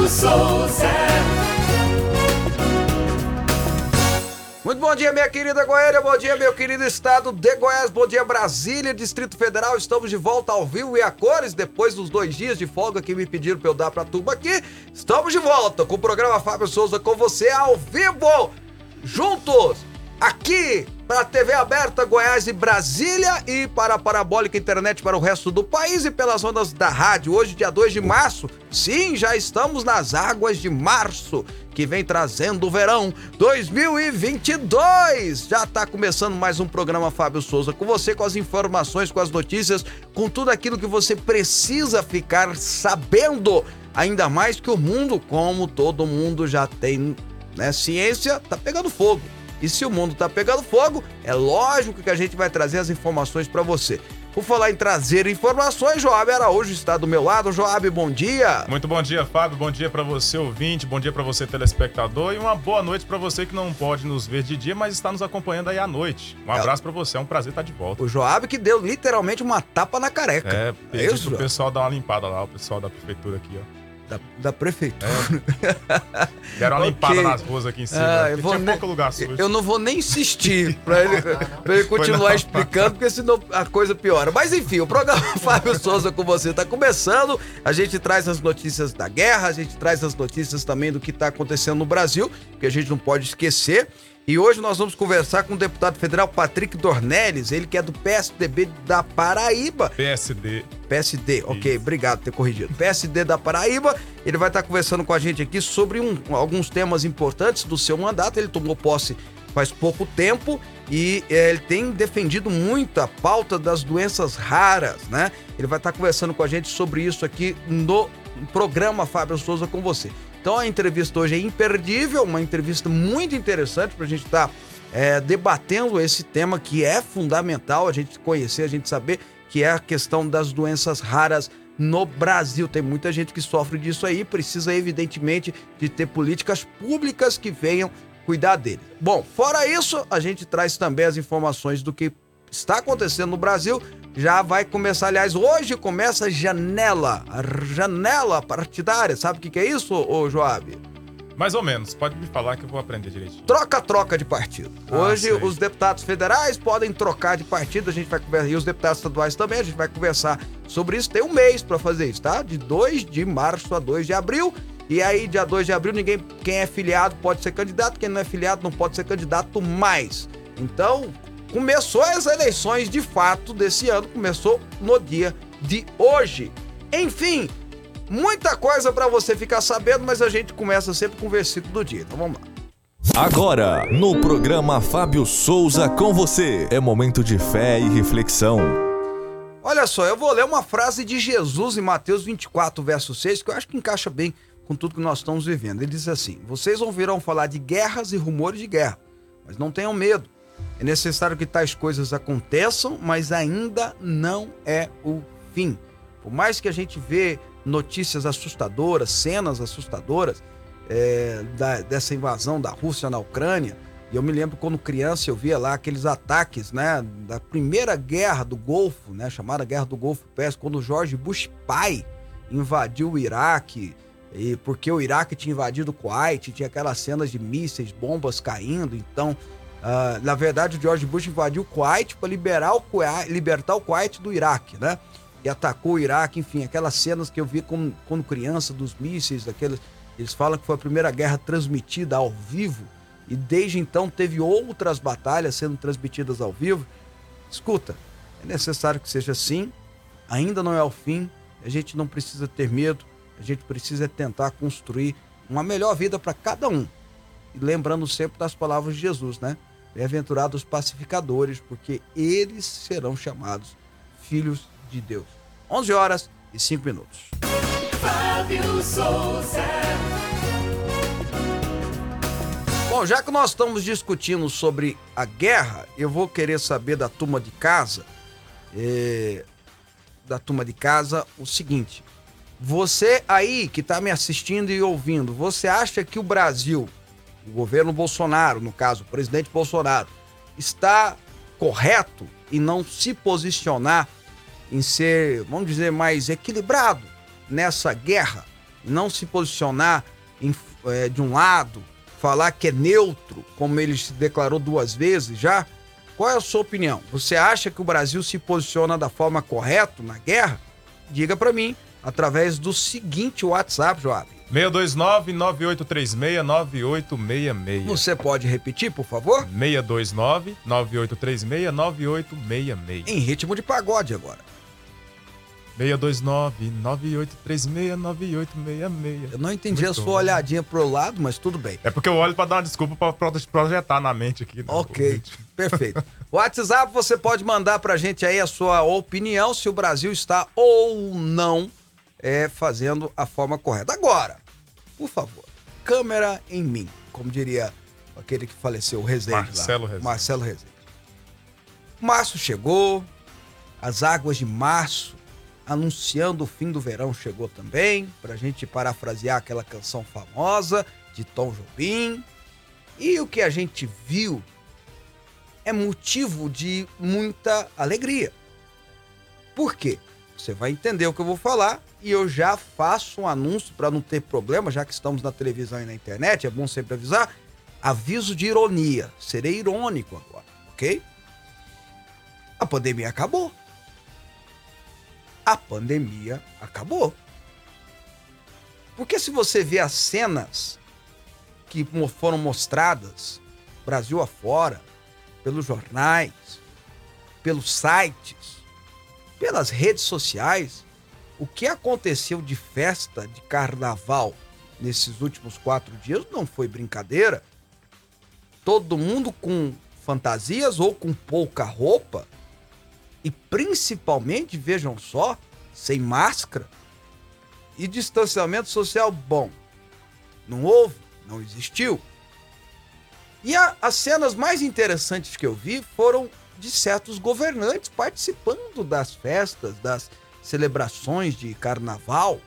Souza. Muito bom dia, minha querida Goiânia, bom dia, meu querido estado de Goiás, bom dia, Brasília, Distrito Federal. Estamos de volta ao vivo e a cores, depois dos 2 dias de folga que me pediram pra eu dar pra turma aqui. Estamos de volta com o programa Fábio Souza com você ao vivo, juntos, aqui para a TV aberta Goiás e Brasília e para a Parabólica Internet para o resto do país e pelas ondas da rádio. Hoje, dia 2 de março, sim, já estamos nas águas de março, que vem trazendo o verão 2022. Já tá começando mais um programa Fábio Souza com você, com as informações, com as notícias, com tudo aquilo que você precisa ficar sabendo. Ainda mais que o mundo, como todo mundo já tem, né, ciência, tá pegando fogo. E se o mundo tá pegando fogo, é lógico que a gente vai trazer as informações para você. Por falar em trazer informações, Joab Araújo está do meu lado. Joab, bom dia. Muito bom dia, Fábio. Bom dia para você, ouvinte. Bom dia para você, telespectador. E uma boa noite para você que não pode nos ver de dia, mas está nos acompanhando aí à noite. Um abraço para você. É um prazer estar de volta. O Joab que deu literalmente uma tapa na careca. Pedi pro pessoal dar uma limpada lá, o pessoal da prefeitura aqui, ó. Da prefeitura. Deram uma limpada nas ruas aqui em cima. Tinha pouco lugar sujo. Eu não vou nem insistir pra ele continuar explicando, porque senão a coisa piora. Mas enfim, o programa Fábio Souza com você tá começando. A gente traz as notícias da guerra, a gente traz as notícias também do que tá acontecendo no Brasil, que a gente não pode esquecer. E hoje nós vamos conversar com o deputado federal Patrick Dornelles, ele que é do PSDB da Paraíba. PSD, ok, obrigado por ter corrigido. PSD da Paraíba, ele vai estar conversando com a gente aqui sobre alguns temas importantes do seu mandato. Ele tomou posse faz pouco tempo e ele tem defendido muito a pauta das doenças raras, né? Ele vai estar conversando com a gente sobre isso aqui no programa Fábio Souza com você. Então a entrevista hoje é imperdível, uma entrevista muito interessante para a gente estar debatendo esse tema que é fundamental a gente conhecer, a gente saber, que é a questão das doenças raras no Brasil. Tem muita gente que sofre disso aí, precisa evidentemente de ter políticas públicas que venham cuidar dele. Bom, fora isso, a gente traz também as informações do que está acontecendo no Brasil. Já vai começar, aliás, hoje começa a janela partidária. Sabe o que é isso, ô Joab? Mais ou menos, pode me falar que eu vou aprender direitinho. Troca de partido. Hoje os deputados federais podem trocar de partido, a gente vai conversar, e os deputados estaduais também, a gente vai conversar sobre isso. Tem um mês pra fazer isso, tá? De 2 de março a 2 de abril. E aí, dia 2 de abril, quem é filiado pode ser candidato, quem não é filiado não pode ser candidato mais. Então, começou as eleições de fato desse ano, começou no dia de hoje. Enfim, muita coisa pra você ficar sabendo, mas a gente começa sempre com o versículo do dia. Então vamos lá. Agora, no programa Fábio Souza com você, é momento de fé e reflexão. Olha só, eu vou ler uma frase de Jesus em Mateus 24, verso 6, que eu acho que encaixa bem com tudo que nós estamos vivendo. Ele diz assim: vocês ouvirão falar de guerras e rumores de guerra, mas não tenham medo. É necessário que tais coisas aconteçam, mas ainda não é o fim. Por mais que a gente vê notícias assustadoras, cenas assustadoras dessa invasão da Rússia na Ucrânia, e eu me lembro quando criança eu via lá aqueles ataques, né, da primeira guerra do Golfo, né, chamada Guerra do Golfo Pérsico, quando o George Bush pai invadiu o Iraque, e porque o Iraque tinha invadido o Kuwait, tinha aquelas cenas de mísseis, bombas caindo. Então, na verdade, o George Bush invadiu o Kuwait para libertar o Kuwait do Iraque, né? E atacou o Iraque, enfim, aquelas cenas que eu vi quando criança, dos mísseis, eles falam que foi a primeira guerra transmitida ao vivo, e desde então teve outras batalhas sendo transmitidas ao vivo. Escuta, é necessário que seja assim, ainda não é o fim, a gente não precisa ter medo, a gente precisa tentar construir uma melhor vida para cada um. E lembrando sempre das palavras de Jesus, né? Bem-aventurados os pacificadores, porque eles serão chamados filhos de Deus. 11h05. Fábio Souza. Bom, já que nós estamos discutindo sobre a guerra, eu vou querer saber da turma de casa, o seguinte: você aí que está me assistindo e ouvindo, você acha que o Brasil, o governo Bolsonaro, no caso, o presidente Bolsonaro, está correto em não se posicionar, em ser, vamos dizer, mais equilibrado nessa guerra? não se posicionar de um lado, falar que é neutro, como ele se declarou 2 vezes já? Qual é a sua opinião? Você acha que o Brasil se posiciona da forma correta na guerra? Diga para mim através do seguinte WhatsApp, Joab. 629-9836-9866. Você pode repetir, por favor? 629-9836-9866. Em ritmo de pagode agora. 629-9836-9866. Eu não entendi Muito a sua bom. olhadinha pro lado, mas tudo bem. É porque eu olho pra dar uma desculpa pra projetar na mente aqui. Né? Ok, perfeito. WhatsApp, você pode mandar pra gente aí a sua opinião se o Brasil está ou não fazendo a forma correta. Agora, por favor, câmera em mim, como diria aquele que faleceu, o Rezende Marcelo lá. Rezende. Marcelo Rezende. Março chegou, as águas de março anunciando o fim do verão chegou também, pra gente parafrasear aquela canção famosa de Tom Jobim. E o que a gente viu é motivo de muita alegria. Por quê? Você vai entender o que eu vou falar e eu já faço um anúncio para não ter problema, já que estamos na televisão e na internet, é bom sempre avisar. Aviso de ironia, serei irônico agora, ok? A pandemia acabou. A pandemia acabou. Porque se você vê as cenas que foram mostradas Brasil afora, pelos jornais, pelos sites, pelas redes sociais, o que aconteceu de festa de carnaval nesses últimos 4 dias não foi brincadeira. Todo mundo com fantasias ou com pouca roupa e principalmente, vejam só, sem máscara e distanciamento social bom. Não houve, não existiu. E as cenas mais interessantes que eu vi foram de certos governantes participando das festas, das celebrações de carnaval.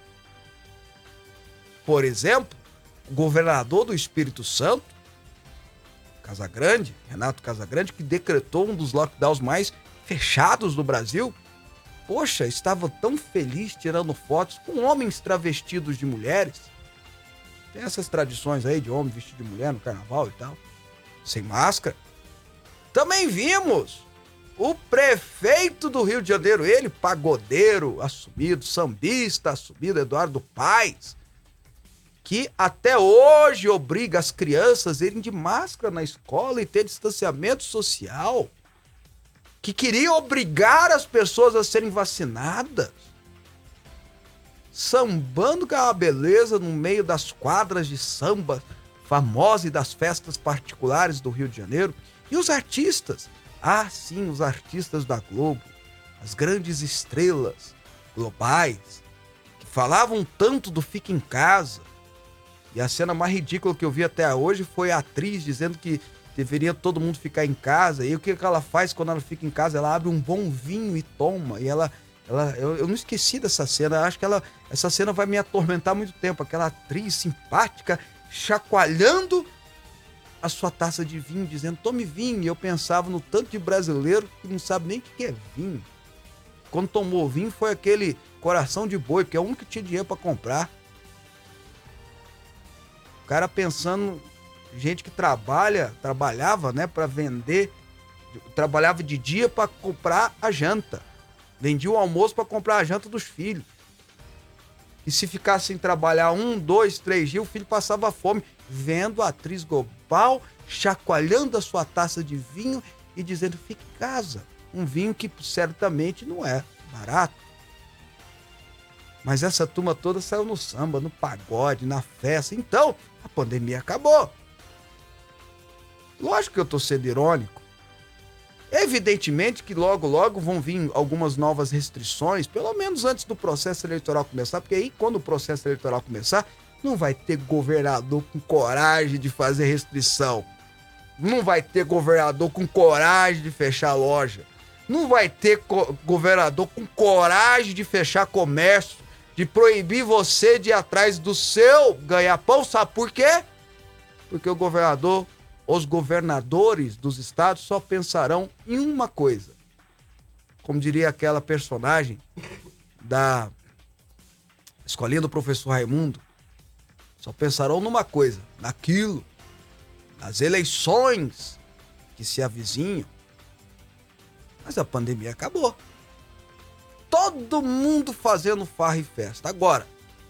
Por exemplo, o governador do Espírito Santo, Casagrande, Renato Casagrande, que decretou um dos lockdowns mais fechados do Brasil. Poxa, estava tão feliz tirando fotos com homens travestidos de mulheres. Tem essas tradições aí de homem vestido de mulher no carnaval e tal, sem máscara. Também vimos o prefeito do Rio de Janeiro, ele, pagodeiro assumido, sambista assumido, Eduardo Paes, que até hoje obriga as crianças a irem de máscara na escola e ter distanciamento social, que queria obrigar as pessoas a serem vacinadas, sambando com a beleza no meio das quadras de samba famosas e das festas particulares do Rio de Janeiro. E os artistas, sim, os artistas da Globo, as grandes estrelas globais, que falavam tanto do fica em casa. E a cena mais ridícula que eu vi até hoje foi a atriz dizendo que deveria todo mundo ficar em casa. E o que ela faz quando ela fica em casa? Ela abre um bom vinho e toma. E eu não esqueci dessa cena. Acho que essa cena vai me atormentar muito tempo. Aquela atriz simpática chacoalhando a sua taça de vinho, dizendo, tome vinho. E eu pensava no tanto de brasileiro que não sabe nem o que é vinho. Quando tomou vinho foi aquele coração de boi, porque é o único que tinha dinheiro para comprar. O cara pensando, gente que trabalhava, né, para vender, trabalhava de dia para comprar a janta. Vendia o almoço para comprar a janta dos filhos. E se ficasse sem trabalhar 1, 2, 3 dias, o filho passava fome, vendo a atriz global chacoalhando a sua taça de vinho e dizendo, fique em casa. Um vinho que certamente não é barato. Mas essa turma toda saiu no samba, no pagode, na festa. Então, a pandemia acabou. Lógico que eu tô sendo irônico. Evidentemente que logo, logo vão vir algumas novas restrições, pelo menos antes do processo eleitoral começar, porque aí quando o processo eleitoral começar, não vai ter governador com coragem de fazer restrição. Não vai ter governador com coragem de fechar a loja. Não vai ter governador com coragem de fechar comércio, de proibir você de ir atrás do seu ganha-pão. Sabe por quê? Porque os governadores dos estados só pensarão em uma coisa. Como diria aquela personagem da Escolinha do Professor Raimundo, Só pensarão numa coisa, naquilo, nas eleições que se avizinham. Mas a pandemia acabou. Todo mundo fazendo farra e festa. Agora,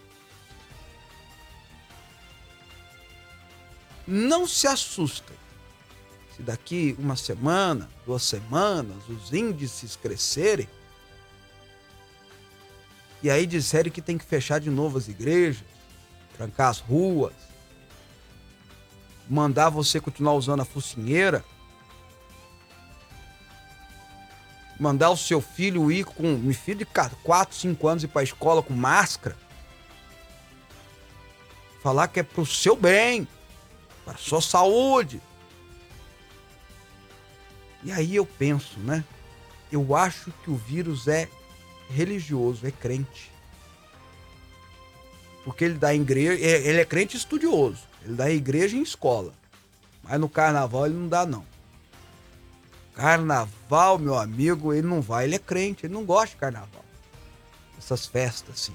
não se assustem se daqui uma semana, 2 semanas, os índices crescerem e aí disserem que tem que fechar de novo as igrejas, trancar as ruas, mandar você continuar usando a focinheira, mandar o seu filho ir com um filho de 4, 5 anos ir para a escola com máscara, falar que é pro seu bem, para a sua saúde. E aí eu penso, né? Eu acho que o vírus é religioso, é crente. Porque ele dá em igreja, ele é crente estudioso, ele dá em igreja e em escola. Mas no carnaval ele não dá, não. Carnaval, meu amigo, ele não vai, ele é crente, ele não gosta de carnaval. Essas festas, assim.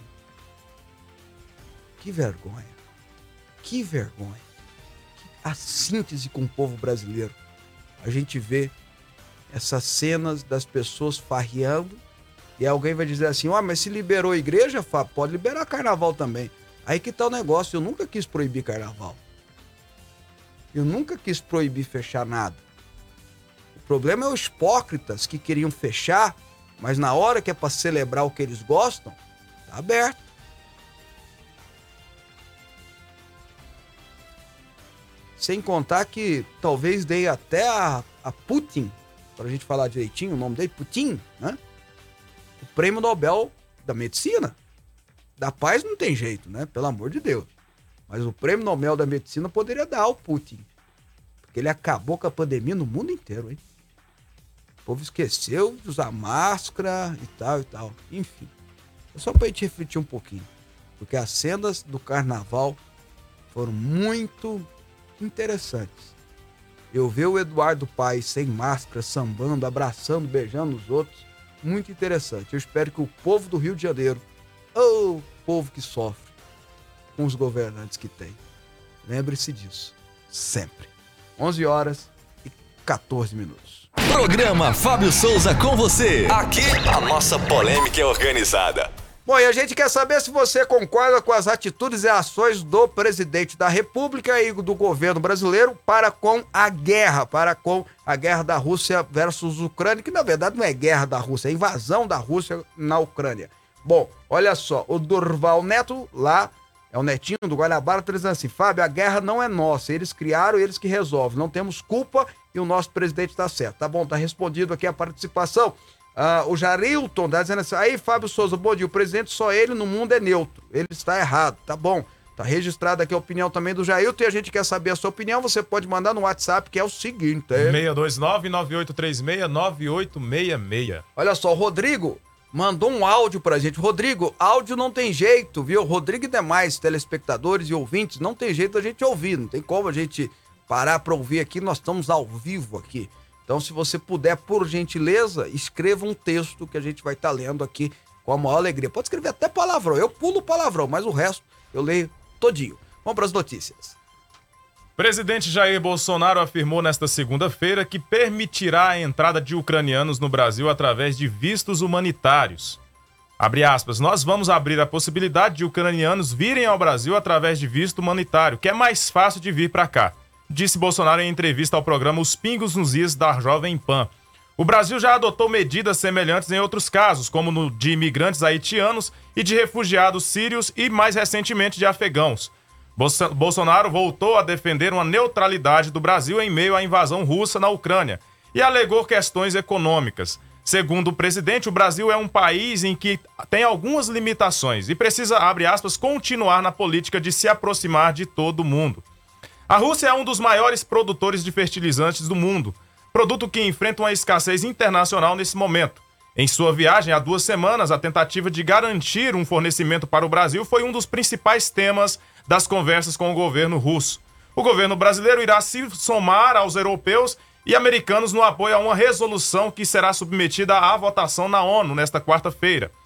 Que vergonha. Que vergonha. A síntese com o povo brasileiro. A gente vê essas cenas das pessoas farreando e alguém vai dizer assim, mas se liberou a igreja, Fábio, pode liberar carnaval também. Aí que tá o negócio, eu nunca quis proibir carnaval. Eu nunca quis proibir fechar nada. O problema é os hipócritas que queriam fechar, mas na hora que é para celebrar o que eles gostam, tá aberto. Sem contar que talvez dê até a Putin, pra gente falar direitinho o nome dele, Putin, né? O prêmio Nobel da Medicina. Da paz não tem jeito, né? Pelo amor de Deus. Mas o prêmio Nobel da Medicina poderia dar ao Putin. Porque ele acabou com a pandemia no mundo inteiro, hein? O povo esqueceu de usar máscara e tal e tal. Enfim. É só pra gente refletir um pouquinho. Porque as cenas do carnaval foram muito interessantes. Eu ver o Eduardo Paes sem máscara, sambando, abraçando, beijando os outros, muito interessante. Eu espero que o povo do Rio de Janeiro, o povo que sofre com os governantes que tem, lembre-se disso, sempre. 11h14. Programa Fábio Souza com você. Aqui a nossa polêmica é organizada. Bom, e a gente quer saber se você concorda com as atitudes e ações do presidente da República e do governo brasileiro para com a guerra da Rússia versus Ucrânia, que na verdade não é guerra da Rússia, é invasão da Rússia na Ucrânia. Bom, olha só, o Durval Neto, lá, é o netinho do Guanabara, tá dizendo assim, Fábio, a guerra não é nossa, eles criaram, eles que resolvem, não temos culpa e o nosso presidente tá certo. Tá bom, tá respondido aqui a participação. O Jarilton tá dizendo assim, aí Fábio Souza, bom dia, o presidente só ele no mundo é neutro, ele está errado, tá bom, tá registrada aqui a opinião também do Jailton e a gente quer saber a sua opinião, você pode mandar no WhatsApp que é o seguinte, 629-9836-9866. Olha só, o Rodrigo mandou um áudio pra gente. Rodrigo, áudio não tem jeito, viu? Rodrigo e demais telespectadores e ouvintes, não tem jeito a gente ouvir, não tem como a gente parar pra ouvir aqui, nós estamos ao vivo aqui. Então, se você puder, por gentileza, escreva um texto que a gente vai estar lendo aqui com a maior alegria. Pode escrever até palavrão, eu pulo palavrão, mas o resto eu leio todinho. Vamos para as notícias. Presidente Jair Bolsonaro afirmou nesta segunda-feira que permitirá a entrada de ucranianos no Brasil através de vistos humanitários. Abre aspas, nós vamos abrir a possibilidade de ucranianos virem ao Brasil através de visto humanitário, que é mais fácil de vir para cá, disse Bolsonaro em entrevista ao programa Os Pingos nos Is da Jovem Pan. O Brasil já adotou medidas semelhantes em outros casos, como no de imigrantes haitianos e de refugiados sírios e, mais recentemente, de afegãos. Bolsonaro voltou a defender uma neutralidade do Brasil em meio à invasão russa na Ucrânia e alegou questões econômicas. Segundo o presidente, o Brasil é um país em que tem algumas limitações e precisa, abre aspas, continuar na política de se aproximar de todo mundo. A Rússia é um dos maiores produtores de fertilizantes do mundo, produto que enfrenta uma escassez internacional nesse momento. Em sua viagem há 2 semanas, a tentativa de garantir um fornecimento para o Brasil foi um dos principais temas das conversas com o governo russo. O governo brasileiro irá se somar aos europeus e americanos no apoio a uma resolução que será submetida à votação na ONU nesta quarta-feira.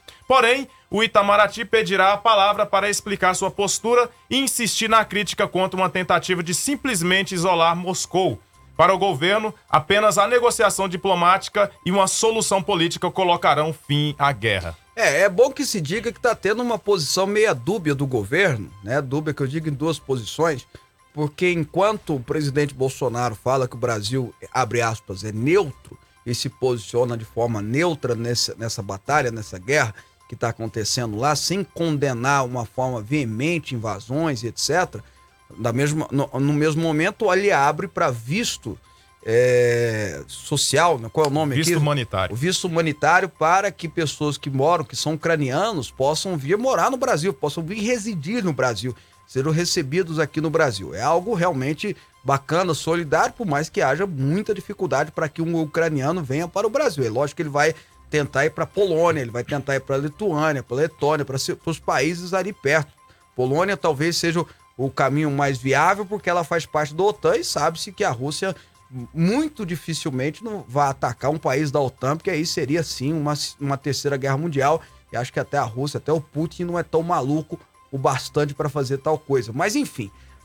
Porém, o Itamaraty pedirá a palavra para explicar sua postura e insistir na crítica contra uma tentativa de simplesmente isolar Moscou. Para o governo, apenas a negociação diplomática e uma solução política colocarão fim à guerra. É bom que se diga que está tendo uma posição meia dúbia do governo, né? Dúbia que eu digo em duas posições, porque enquanto o presidente Bolsonaro fala que o Brasil, abre aspas, é neutro e se posiciona de forma neutra nessa batalha, nessa guerra que está acontecendo lá, sem condenar uma forma veemente invasões e etc., no mesmo momento, ele abre para visto social, né? Qual é o nome aqui? Visto humanitário. O visto humanitário para que pessoas que moram, que são ucranianos, possam vir morar no Brasil, possam vir residir no Brasil, serão recebidos aqui no Brasil. É algo realmente bacana, solidário, por mais que haja muita dificuldade para que um ucraniano venha para o Brasil. É lógico que ele vai tentar ir para a Polônia, ele vai tentar ir para a Lituânia, para a Letônia, para os países ali perto. Polônia talvez seja o caminho mais viável, porque ela faz parte da OTAN e sabe-se que a Rússia muito dificilmente não vai atacar um país da OTAN, porque aí seria sim uma terceira guerra mundial, e acho que até a Rússia, até o Putin não é tão maluco o bastante para fazer tal coisa. Mas enfim,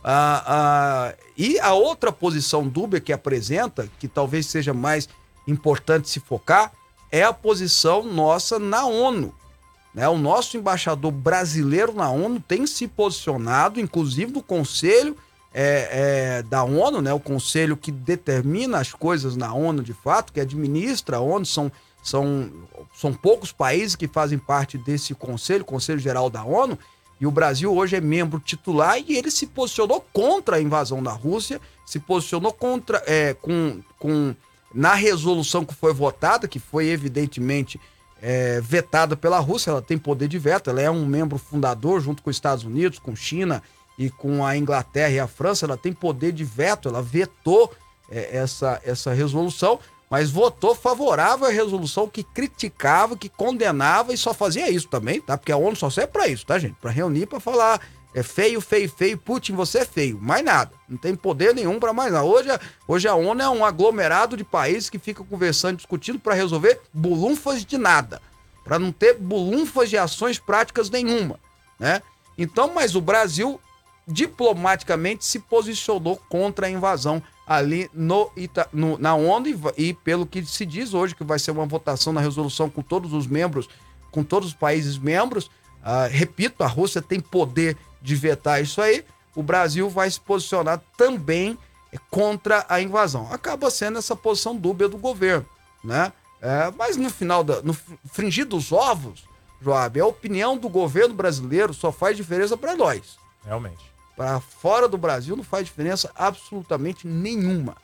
e a outra posição dúbia que apresenta, que talvez seja mais importante se focar, é a posição nossa na ONU. O nosso embaixador brasileiro na ONU tem se posicionado, inclusive no Conselho da ONU, né? O conselho que determina as coisas na ONU de fato, que administra a ONU, são poucos países que fazem parte desse conselho, Conselho Geral da ONU, e o Brasil hoje é membro titular e ele se posicionou contra a invasão da Rússia, se posicionou contra, na resolução que foi votada, que foi evidentemente vetada pela Rússia. Ela tem poder de veto, ela é um membro fundador junto com os Estados Unidos, com China e com a Inglaterra e a França, ela tem poder de veto, ela vetou essa resolução, mas votou favorável à resolução que criticava, que condenava e só fazia isso também, tá? Porque a ONU só serve pra isso, tá, gente? Pra reunir, pra falar feio, feio, feio, Putin, você é feio, mais nada, não tem poder nenhum pra mais nada. Hoje a ONU é um aglomerado de países que ficam conversando, discutindo pra resolver bulunfas de nada, pra não ter bulunfas de ações práticas nenhuma, né? Então, mas o Brasil diplomaticamente se posicionou contra a invasão ali na ONU e pelo que se diz hoje, que vai ser uma votação na resolução com todos os membros, com todos os países membros, repito, a Rússia tem poder de vetar isso aí, o Brasil vai se posicionar também contra a invasão. Acaba sendo essa posição dúbia do governo, né? Mas no fringir dos ovos, Joab, a opinião do governo brasileiro só faz diferença para nós. Realmente. Para fora do Brasil não faz diferença absolutamente nenhuma.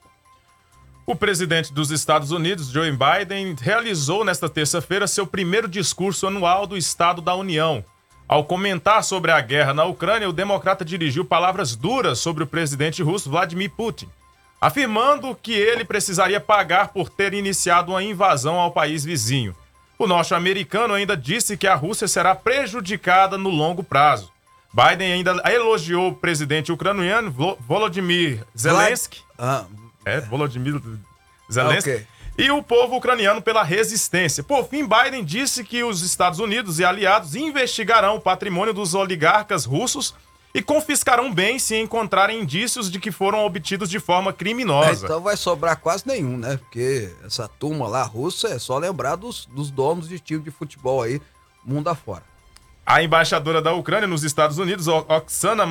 O presidente dos Estados Unidos, Joe Biden, realizou nesta terça-feira seu primeiro discurso anual do Estado da União. Ao comentar sobre a guerra na Ucrânia, o democrata dirigiu palavras duras sobre o presidente russo Vladimir Putin, afirmando que ele precisaria pagar por ter iniciado uma invasão ao país vizinho. O norte-americano ainda disse que a Rússia será prejudicada no longo prazo. Biden ainda elogiou o presidente ucraniano Volodymyr Zelensky. Volodymyr Zelensky. Okay. E o povo ucraniano pela resistência. Por fim, Biden disse que os Estados Unidos e aliados investigarão o patrimônio dos oligarcas russos e confiscarão bens se encontrarem indícios de que foram obtidos de forma criminosa. Então vai sobrar quase nenhum, né? Porque essa turma lá russa é só lembrar dos donos de time de futebol aí, mundo afora. A embaixadora da Ucrânia nos Estados Unidos, Oksana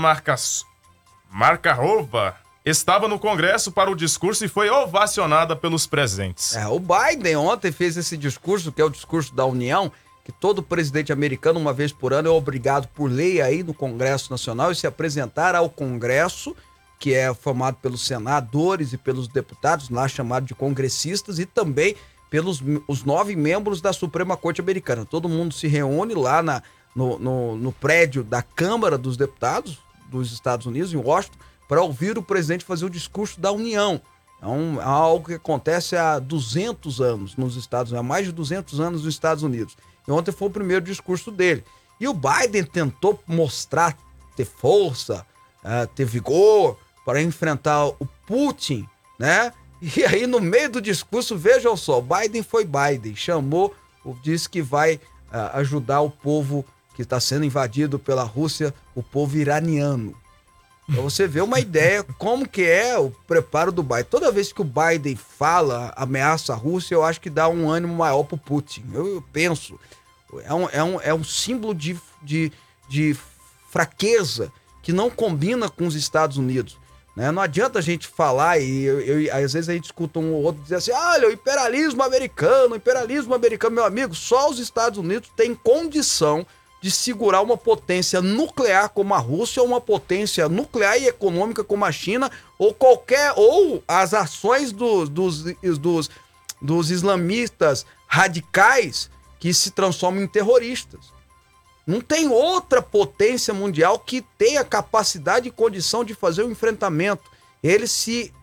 Markarova, estava no Congresso para o discurso e foi ovacionada pelos presentes. O Biden ontem fez esse discurso, que é o discurso da União, que todo presidente americano, uma vez por ano, é obrigado por lei aí no Congresso Nacional e se apresentar ao Congresso, que é formado pelos senadores e pelos deputados, lá chamado de congressistas, e também pelos os 9 membros da Suprema Corte Americana. Todo mundo se reúne lá no prédio da Câmara dos Deputados dos Estados Unidos, em Washington, para ouvir o presidente fazer o discurso da União. É algo que acontece há 200 anos nos Estados Unidos, há mais de 200 anos nos Estados Unidos. E ontem foi o primeiro discurso dele. E o Biden tentou mostrar ter força, ter vigor para enfrentar o Putin, né? E aí, no meio do discurso, vejam só, Biden foi Biden, disse que vai ajudar o povo que está sendo invadido pela Rússia, o povo iraniano. Então você vê uma ideia como que é o preparo do Biden. Toda vez que o Biden fala, ameaça a Rússia, eu acho que dá um ânimo maior pro Putin. Eu penso, é um símbolo de fraqueza que não combina com os Estados Unidos. Né? Não adianta a gente falar e às vezes a gente escuta um ou outro dizer assim, olha, o imperialismo americano, meu amigo, só os Estados Unidos têm condição de segurar uma potência nuclear como a Rússia, ou uma potência nuclear e econômica como a China, ou as ações dos islamistas radicais que se transformam em terroristas. Não tem outra potência mundial que tenha capacidade e condição de fazer o enfrentamento. Eles se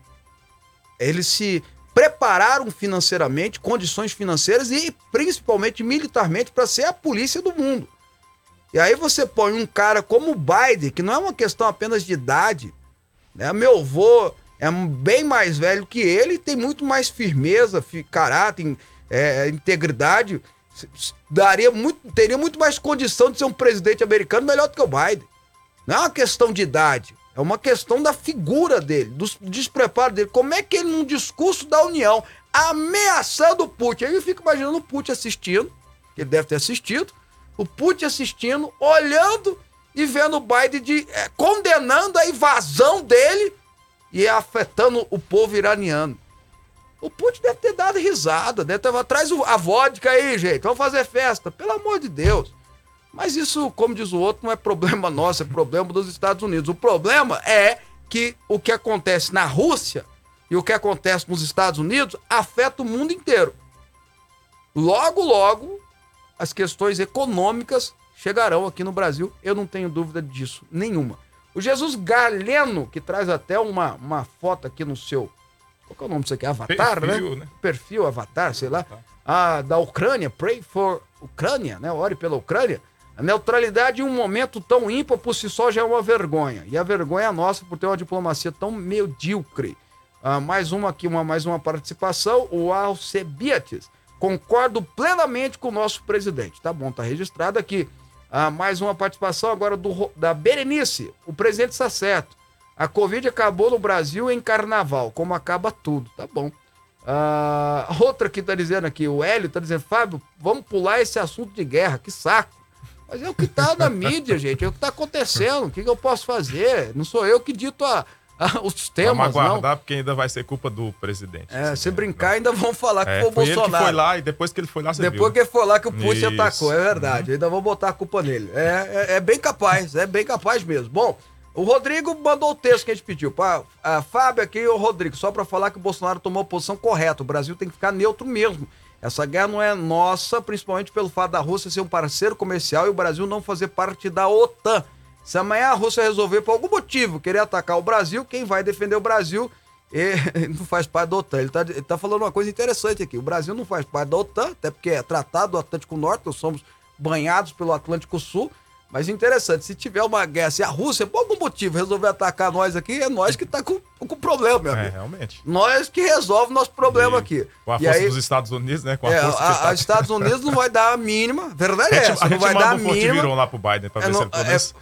prepararam financeiramente, condições financeiras e principalmente militarmente para ser a polícia do mundo. E aí você põe um cara como o Biden, que não é uma questão apenas de idade, né? Meu avô é bem mais velho que ele, tem muito mais firmeza, caráter, integridade, teria muito mais condição de ser um presidente americano melhor do que o Biden. Não é uma questão de idade, é uma questão da figura dele, do despreparo dele. Como é que ele, num discurso da União, ameaçando o Putin, aí eu fico imaginando o Putin assistindo, que ele deve ter assistido, o Putin assistindo, olhando e vendo o Biden condenando a invasão dele e afetando o povo iraniano. O Putin deve ter dado risada, deve ter... Traz a vodka aí, gente, vamos fazer festa, pelo amor de Deus. Mas isso, como diz o outro, não é problema nosso, é problema dos Estados Unidos. O problema é que o que acontece na Rússia e o que acontece nos Estados Unidos afeta o mundo inteiro. Logo, logo, as questões econômicas chegarão aqui no Brasil, eu não tenho dúvida disso nenhuma. O Jesus Galeno, que traz até uma foto aqui no seu... Qual que é o nome disso aqui? Avatar, perfil, né? Perfil, avatar, sei lá. Da Ucrânia, Pray for Ucrânia, né? Ore pela Ucrânia. A neutralidade em um momento tão ímpar por si só já é uma vergonha. E a vergonha é nossa por ter uma diplomacia tão medíocre. Mais uma participação, o Alcebiades. Concordo plenamente com o nosso presidente. Tá bom, tá registrado aqui. Mais uma participação agora da Berenice. O presidente está certo. A Covid acabou no Brasil em carnaval, como acaba tudo. Tá bom. Outra que tá dizendo aqui, o Hélio tá dizendo, Fábio, vamos pular esse assunto de guerra, que saco. Mas é o que tá na mídia, gente, é o que tá acontecendo. O que eu posso fazer? Não sou eu que dito os temas, vamos aguardar, porque ainda vai ser culpa do presidente. Se brincar, ainda vão falar que foi o Bolsonaro. Bolsonaro. Ele que foi lá e depois que ele foi lá, você Depois viu. que ele foi lá que o Putin atacou, é verdade. Ainda vão botar a culpa nele. É bem capaz mesmo. Bom, o Rodrigo mandou o texto que a gente pediu. A Fábio aqui e o Rodrigo, só para falar que o Bolsonaro tomou a posição correta. O Brasil tem que ficar neutro mesmo. Essa guerra não é nossa, principalmente pelo fato da Rússia ser um parceiro comercial e o Brasil não fazer parte da OTAN. Se amanhã a Rússia resolver, por algum motivo, querer atacar o Brasil, quem vai defender o Brasil não faz parte da OTAN. Ele tá falando uma coisa interessante aqui. O Brasil não faz parte da OTAN, até porque é tratado do Atlântico Norte, nós somos banhados pelo Atlântico Sul. Mas interessante, se tiver uma guerra, se a Rússia, por algum motivo, resolver atacar nós aqui, é nós que tá com problema, meu amigo. Realmente. Nós que resolve o nosso problema aqui. Com a força dos Estados Unidos, né? Com a força os Estados Unidos não vai dar a mínima, verdade é essa, não vai dar a mínima. A gente virou lá pro Biden pra ver se ele começa.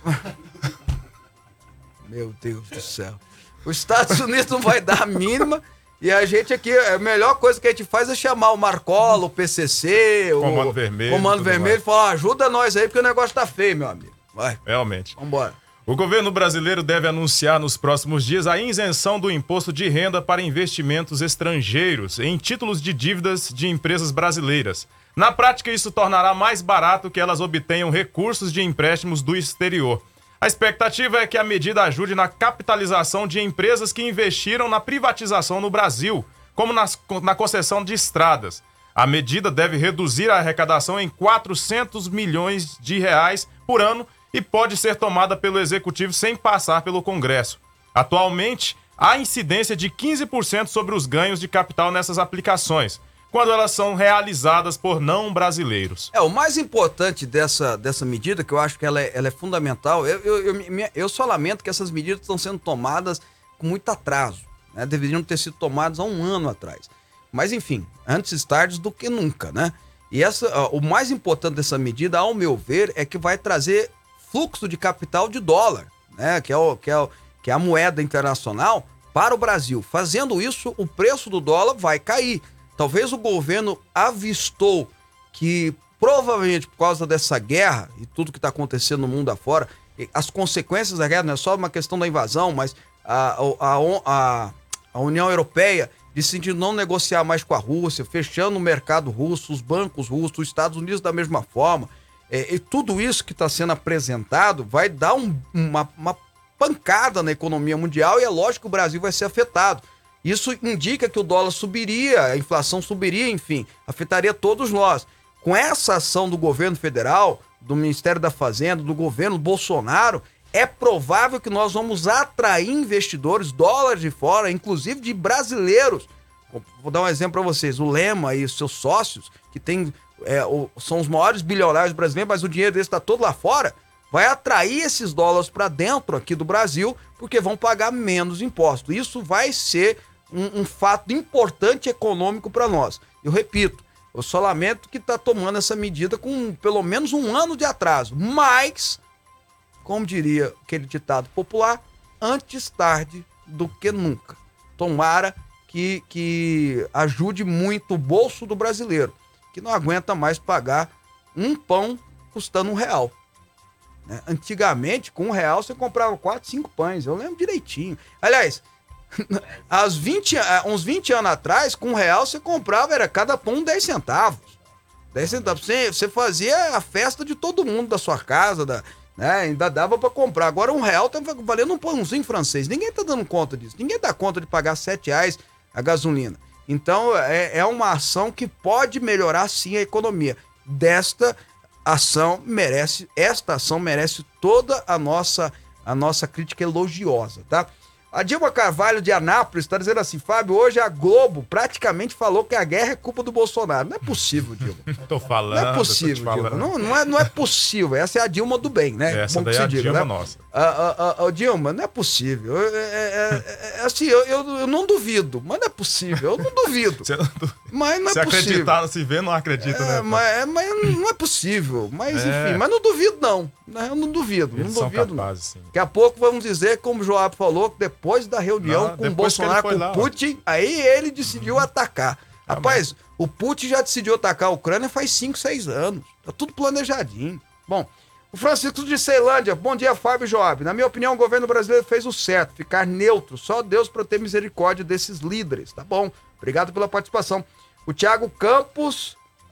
Meu Deus do céu. Os Estados Unidos não vai dar a mínima e a gente aqui, a melhor coisa que a gente faz é chamar o Marcola, o PCC, o Comando Vermelho e falar, ajuda nós aí porque o negócio tá feio, meu amigo. Vai. Realmente. Vambora. O governo brasileiro deve anunciar nos próximos dias a isenção do imposto de renda para investimentos estrangeiros em títulos de dívidas de empresas brasileiras. Na prática, isso tornará mais barato que elas obtenham recursos de empréstimos do exterior. A expectativa é que a medida ajude na capitalização de empresas que investiram na privatização no Brasil, como na concessão de estradas. A medida deve reduzir a arrecadação em 400 milhões de reais por ano e pode ser tomada pelo Executivo sem passar pelo Congresso. Atualmente, há incidência de 15% sobre os ganhos de capital nessas aplicações, quando elas são realizadas por não brasileiros. O mais importante dessa medida, que eu acho que ela é fundamental, eu só lamento que essas medidas estão sendo tomadas com muito atraso, né? Deveriam ter sido tomadas há um ano atrás. Mas enfim, antes tarde do que nunca, né? E o mais importante dessa medida, ao meu ver, é que vai trazer fluxo de capital de dólar, né? Que é a moeda internacional para o Brasil. Fazendo isso, o preço do dólar vai cair. Talvez o governo avistou que, provavelmente por causa dessa guerra e tudo que está acontecendo no mundo afora, as consequências da guerra não é só uma questão da invasão, mas a União Europeia decidiu não negociar mais com a Rússia, fechando o mercado russo, os bancos russos, os Estados Unidos da mesma forma. E tudo isso que está sendo apresentado vai dar uma pancada na economia mundial e é lógico que o Brasil vai ser afetado. Isso indica que o dólar subiria, a inflação subiria, enfim, afetaria todos nós. Com essa ação do governo federal, do Ministério da Fazenda, do governo Bolsonaro, é provável que nós vamos atrair investidores, dólares de fora, inclusive de brasileiros. Vou dar um exemplo para vocês. O Lema e os seus sócios, que são os maiores bilionários brasileiros, mas o dinheiro deles está todo lá fora, vai atrair esses dólares para dentro aqui do Brasil, porque vão pagar menos impostos. Isso vai ser um fato importante econômico para nós. Eu repito, eu só lamento que está tomando essa medida com pelo menos um ano de atraso, mas, como diria aquele ditado popular, antes tarde do que nunca. Tomara que ajude muito o bolso do brasileiro, que não aguenta mais pagar um pão custando R$1. Né? Antigamente, com R$1 você comprava 4, 5 pães, eu lembro direitinho. Aliás, uns 20 anos atrás, com R$1 você comprava, era cada pão 10 centavos. 10 centavos. Você fazia a festa de todo mundo da sua casa, né? Ainda dava pra comprar. Agora R$1 tá valendo um pãozinho francês. Ninguém tá dando conta disso. Ninguém dá conta de pagar R$7 a gasolina. Então é uma ação que pode melhorar sim a economia. Esta ação merece toda a nossa crítica elogiosa, tá? A Dilma Carvalho de Anápolis está dizendo assim: Fábio, hoje a Globo praticamente falou que a guerra é culpa do Bolsonaro. Não é possível, Dilma. Tô falando. Não é possível, Dilma. Não é possível. Essa é a Dilma do bem, né? Essa daí é a Dilma, né? Nossa. Dilma, não é possível. Assim, eu não duvido, mas não é possível. Eu não duvido. Mas não é possível. Se acreditar, se vê, não acredita, né? Mas não é possível. Mas enfim, mas não duvido, não. Eu não duvido. Eles não duvido. São capazes, sim. Daqui a pouco vamos dizer, como o Joab falou, que depois da reunião com o Bolsonaro, com o Putin, aí ele decidiu atacar. Rapaz, o Putin já decidiu atacar a Ucrânia faz 5, 6 anos. Tá tudo planejadinho. Bom, o Francisco de Ceilândia, bom dia, Fábio e Joab. Na minha opinião, o governo brasileiro fez o certo, ficar neutro. Só Deus para ter misericórdia desses líderes. Tá bom, obrigado pela participação. O Thiago Campos,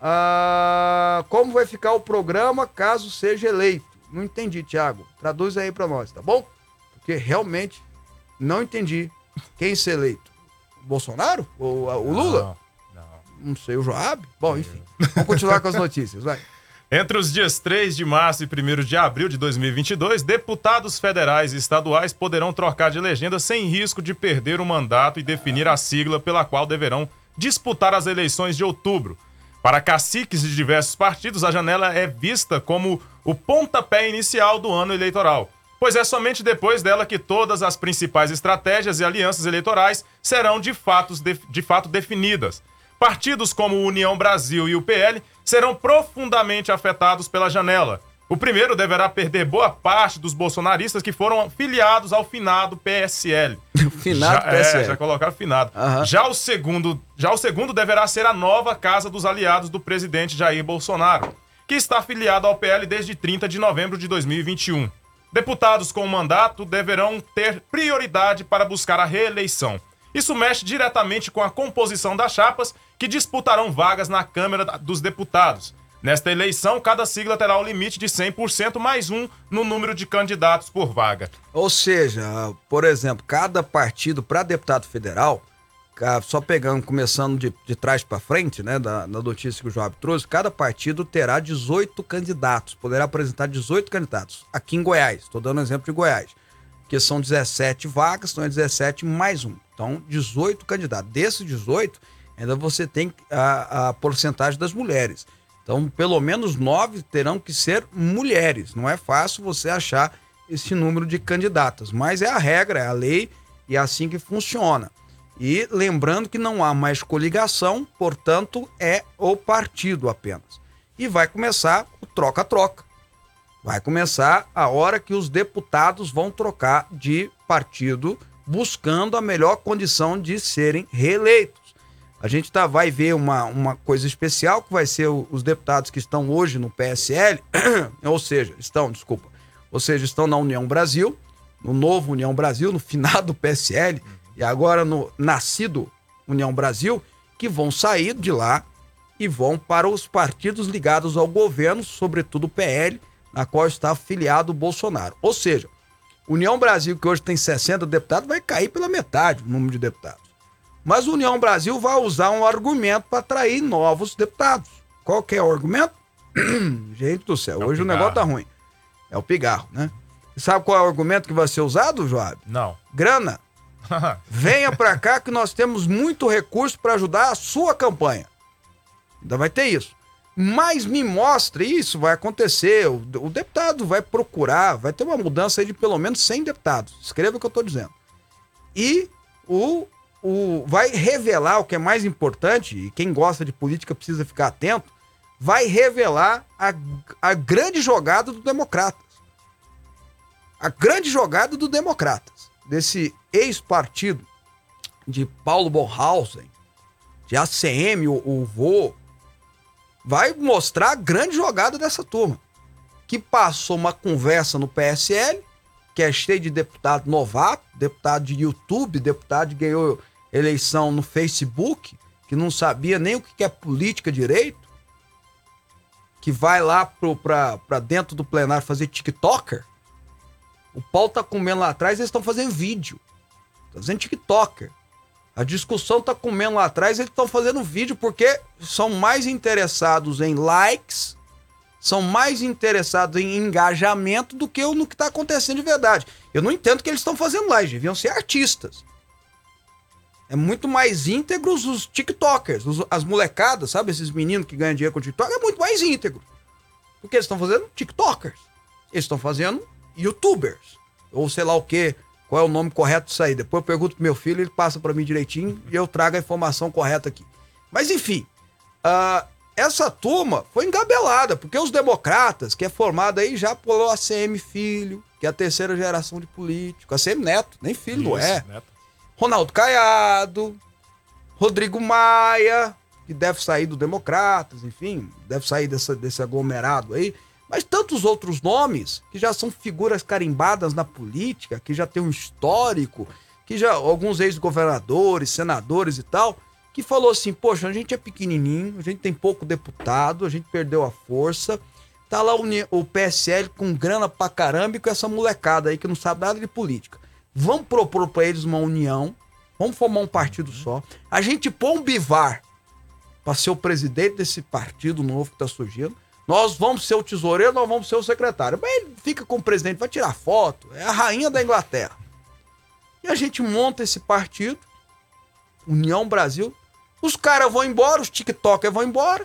como vai ficar o programa caso seja eleito? Não entendi, Thiago. Traduz aí pra nós, tá bom? Porque realmente não entendi quem ser eleito. O Bolsonaro? Ou o Lula? Não sei, o Joab? Bom, enfim. Vamos continuar com as notícias, vai. Entre os dias 3 de março e 1º de abril de 2022, deputados federais e estaduais poderão trocar de legenda sem risco de perder o mandato e definir a sigla pela qual deverão disputar as eleições de outubro. Para caciques de diversos partidos, a janela é vista como o pontapé inicial do ano eleitoral, pois é somente depois dela que todas as principais estratégias e alianças eleitorais serão de fato definidas. Partidos como União Brasil e o PL serão profundamente afetados pela janela. O primeiro deverá perder boa parte dos bolsonaristas que foram filiados ao finado PSL. PSL. Já colocaram finado. Uhum. Já o segundo deverá ser a nova casa dos aliados do presidente Jair Bolsonaro, que está afiliado ao PL desde 30 de novembro de 2021. Deputados com mandato deverão ter prioridade para buscar a reeleição. Isso mexe diretamente com a composição das chapas que disputarão vagas na Câmara dos Deputados. Nesta eleição, cada sigla terá o limite de 100% mais um no número de candidatos por vaga. Ou seja, por exemplo, cada partido para deputado federal, só começando de trás para frente, né, da notícia que o Joab trouxe, cada partido terá 18 candidatos, poderá apresentar 18 candidatos. Aqui em Goiás, estou dando um exemplo de Goiás, que são 17 vagas, então é 17 mais um. Então, 18 candidatos. Desses 18, ainda você tem a porcentagem das mulheres. Então, pelo menos 9 terão que ser mulheres. Não é fácil você achar esse número de candidatas, mas é a regra, é a lei e é assim que funciona. E lembrando que não há mais coligação, portanto, é o partido apenas. E vai começar o troca-troca. Vai começar a hora que os deputados vão trocar de partido, buscando a melhor condição de serem reeleitos. A gente vai ver uma coisa especial, que vai ser os deputados que estão hoje no PSL, ou seja, estão na União Brasil, no novo União Brasil, no finado PSL, e agora no nascido União Brasil, que vão sair de lá e vão para os partidos ligados ao governo, sobretudo o PL, na qual está afiliado o Bolsonaro. Ou seja, União Brasil, que hoje tem 60 deputados, vai cair pela metade o número de deputados. Mas a União Brasil vai usar um argumento para atrair novos deputados. Qual que é o argumento? Gente do céu, hoje o negócio tá ruim. É o pigarro, né? E sabe qual é o argumento que vai ser usado, Joab? Não. Grana. Venha pra cá que nós temos muito recurso para ajudar a sua campanha. Ainda vai ter isso. Mas me mostre, isso vai acontecer, o deputado vai procurar, vai ter uma mudança aí de pelo menos 100 deputados. Escreva o que eu tô dizendo. E vai revelar o que é mais importante, e quem gosta de política precisa ficar atento, vai revelar a grande jogada do Democratas. A grande jogada do Democratas, desse ex-partido de Paulo Bornhausen, de ACM, o vô, vai mostrar a grande jogada dessa turma, que passou uma conversa no PSL, que é cheio de deputado novato, deputado de YouTube, deputado que ganhou eleição no Facebook, que não sabia nem o que é política direito, que vai lá pra dentro do plenário fazer TikToker. O pau tá comendo lá atrás, eles estão fazendo vídeo. Estão fazendo TikToker. A discussão tá comendo lá atrás, eles estão fazendo vídeo porque são mais interessados em likes, são mais interessados em engajamento do que no que está acontecendo de verdade. Eu não entendo o que eles estão fazendo lá, eles deviam ser artistas. É muito mais íntegros os TikTokers, as molecadas, sabe? Esses meninos que ganham dinheiro com TikTok, é muito mais íntegro. Porque eles estão fazendo TikTokers. Eles estão fazendo YouTubers. Ou sei lá o quê. Qual é o nome correto disso aí? Depois eu pergunto pro meu filho, ele passa para mim direitinho e eu trago a informação correta aqui. Mas enfim, essa turma foi engabelada, porque os democratas, que é formado aí já por ACM Filho, que é a terceira geração de político, ACM Neto, nem filho não é. Neto. Ronaldo Caiado, Rodrigo Maia, que deve sair do Democratas, enfim, deve sair desse aglomerado aí. Mas tantos outros nomes que já são figuras carimbadas na política, que já tem um histórico, que já alguns ex-governadores, senadores e tal, que falou assim, poxa, a gente é pequenininho, a gente tem pouco deputado, a gente perdeu a força, tá lá o PSL com grana pra caramba e com essa molecada aí que não sabe nada de política. Vamos propor pra eles uma união, vamos formar um partido só, a gente põe um Bivar pra ser o presidente desse partido novo que tá surgindo, nós vamos ser o tesoureiro, nós vamos ser o secretário. Mas ele fica com o presidente, vai tirar foto, é a rainha da Inglaterra. E a gente monta esse partido, União Brasil, os caras vão embora, os TikTokers vão embora,